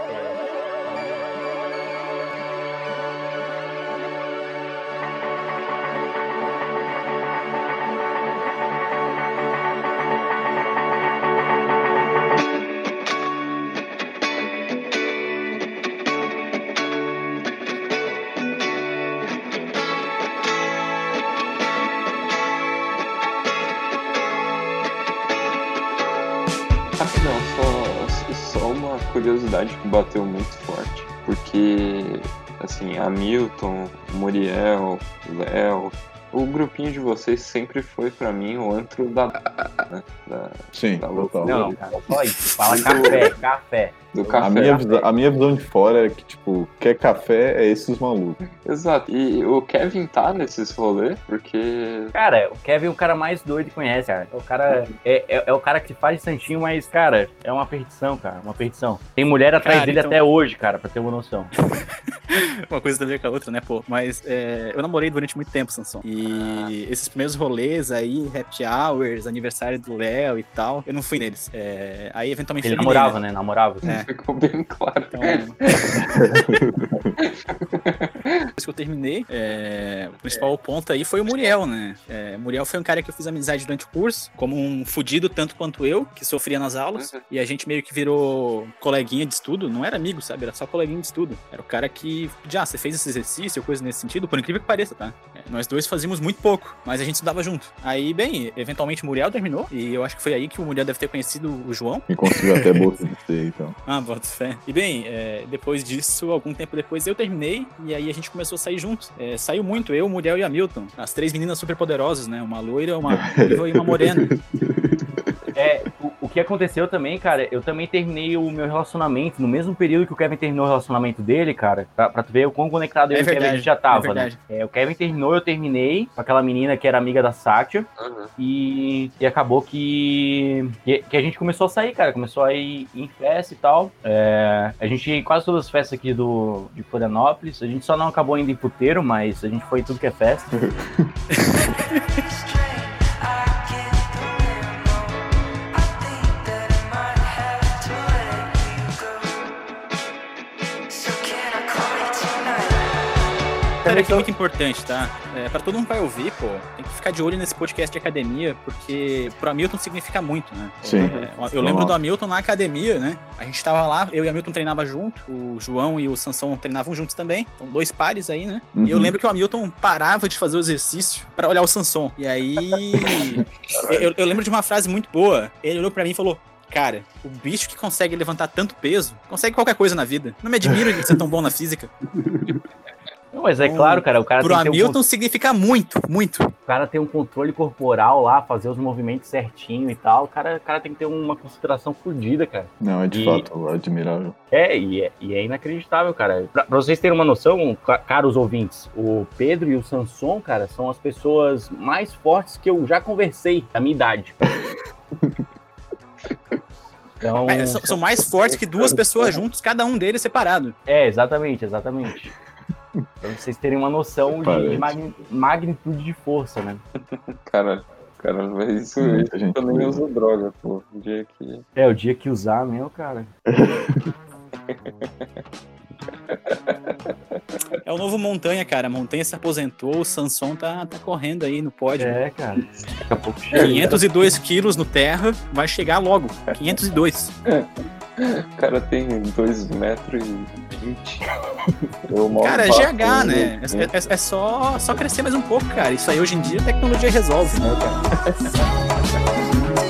Só uma curiosidade que bateu muito forte, porque, assim, Hamilton, Muriel, Léo, o grupinho de vocês sempre foi pra mim o antro Sim, total. Não, cara, só isso. Fala café. Do café. A minha visão de fora é que, tipo, quer café é esses malucos. Exato. E o Kevin tá nesses rolês, porque... Cara, o Kevin é o cara mais doido que conhece, cara. O cara é o cara que faz santinho, mas, cara, é uma perdição, cara. Uma perdição. Tem mulher atrás dele até hoje, cara, pra ter uma noção. Uma coisa tem a ver com a outra, né, pô? Mas eu namorei durante muito tempo, Sansão. E esses primeiros rolês aí, happy hours, aniversário do Léo e tal, eu não fui neles. Aí, eventualmente... Ele namorava, né? Namorava. Ficou bem claro. Então, depois que eu terminei, o principal ponto aí foi o Muriel, né? Muriel foi um cara que eu fiz amizade durante o curso, como um fudido tanto quanto eu, que sofria nas aulas, e a gente meio que virou coleguinha de estudo, não era amigo, sabe? Era só coleguinha de estudo. Era o cara que, você fez esse exercício, coisa nesse sentido, por incrível que pareça, tá? Nós dois fazíamos muito pouco, mas a gente estudava junto. Aí, bem, eventualmente o Muriel terminou, e eu acho que foi aí que o Muriel deve ter conhecido o João. E conseguiu até bolsa de ser, então. Bota fé. E bem, depois disso, algum tempo depois eu terminei, e aí a gente começou a sair juntos. Saiu muito, eu, Muriel e Hamilton. As três meninas super poderosas, né? Uma loira, uma ruiva e uma morena. O que aconteceu também, cara, eu também terminei o meu relacionamento no mesmo período que o Kevin terminou o relacionamento dele, cara, pra tu ver o quão conectado eu e o Kevin a gente já tava, né? O Kevin terminou, eu terminei com aquela menina que era amiga da Sátia, e acabou que a gente começou a sair, cara, começou a ir em festa e tal. A gente, quase todas as festas aqui de Florianópolis, a gente só não acabou indo em puteiro, mas a gente foi em tudo que é festa. Aqui é muito importante, tá? Pra todo mundo vai ouvir, pô, tem que ficar de olho nesse podcast de academia, porque pro Hamilton significa muito, né? Sim. Eu lembro do Hamilton na academia, né? A gente tava lá, eu e o Hamilton treinava junto, o João e o Sansão treinavam juntos também, então 2 pares aí, né? E eu lembro que o Hamilton parava de fazer o exercício pra olhar o Sansão. E aí, eu lembro de uma frase muito boa, ele olhou pra mim e falou: cara, o bicho que consegue levantar tanto peso, consegue qualquer coisa na vida. Não me admiro de ser tão bom na física. Não, mas é claro, cara, o cara pro Hamilton significa muito, muito. O cara tem um controle corporal lá, fazer os movimentos certinho e tal. O cara tem que ter uma consideração fodida, cara. Não, de fato admirável. E é inacreditável, cara. Pra vocês terem uma noção, caros ouvintes, o Pedro e o Sansão, cara, são as pessoas mais fortes que eu já conversei da minha idade. Então, são mais fortes que 2 pessoas juntos, cada um deles separado. Exatamente. Pra vocês terem uma noção de magnitude de força, né? Cara, mas isso eu também uso droga, pô. O dia que usar, meu, cara. É o novo Montanha, cara. A Montanha se aposentou, o Sansão tá correndo aí no pódio. Cara. Daqui a pouco chega. 502 quilos no terra, vai chegar logo. 502. O cara tem 2,20 metros. Cara, é GH, né? É só crescer mais um pouco, cara. Isso aí hoje em dia a tecnologia resolve, né, cara?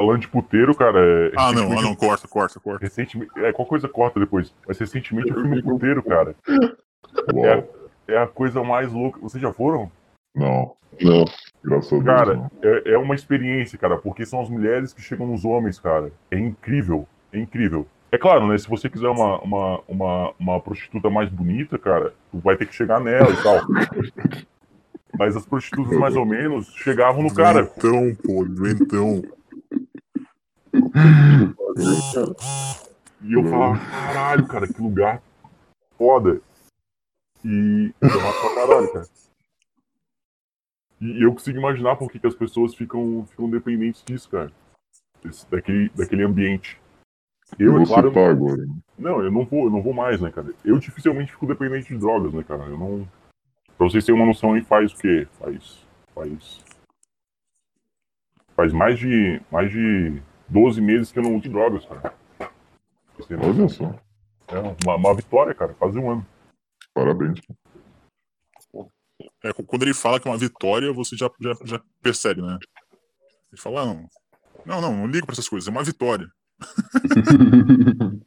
falando de puteiro, cara. Não, corta. Recentemente, qual coisa corta depois? Mas recentemente eu fui no puteiro, cara. É a coisa mais louca. Vocês já foram? Não. Graças a Deus. Cara, é uma experiência, cara, porque são as mulheres que chegam nos homens, cara. É incrível. É claro, né? Se você quiser uma prostituta mais bonita, cara, tu vai ter que chegar nela e tal. Mas as prostitutas, mais ou menos, chegavam no cara. Doentão. E eu falava, caralho, cara, que lugar foda. E eu massa pra caralho, cara. E eu consigo imaginar por que as pessoas ficam dependentes disso, cara. Daquele ambiente. É claro, agora. Não, eu não vou mais, né, cara? Eu dificilmente fico dependente de drogas, né, cara? Eu não. Pra vocês terem uma noção aí, faz o quê? Faz mais de 12 meses que eu não uso drogas, cara. Olha só. É uma vitória, cara. Quase um ano. Parabéns. Quando ele fala que é uma vitória, você já percebe, né? Ele fala, não ligo pra essas coisas, é uma vitória.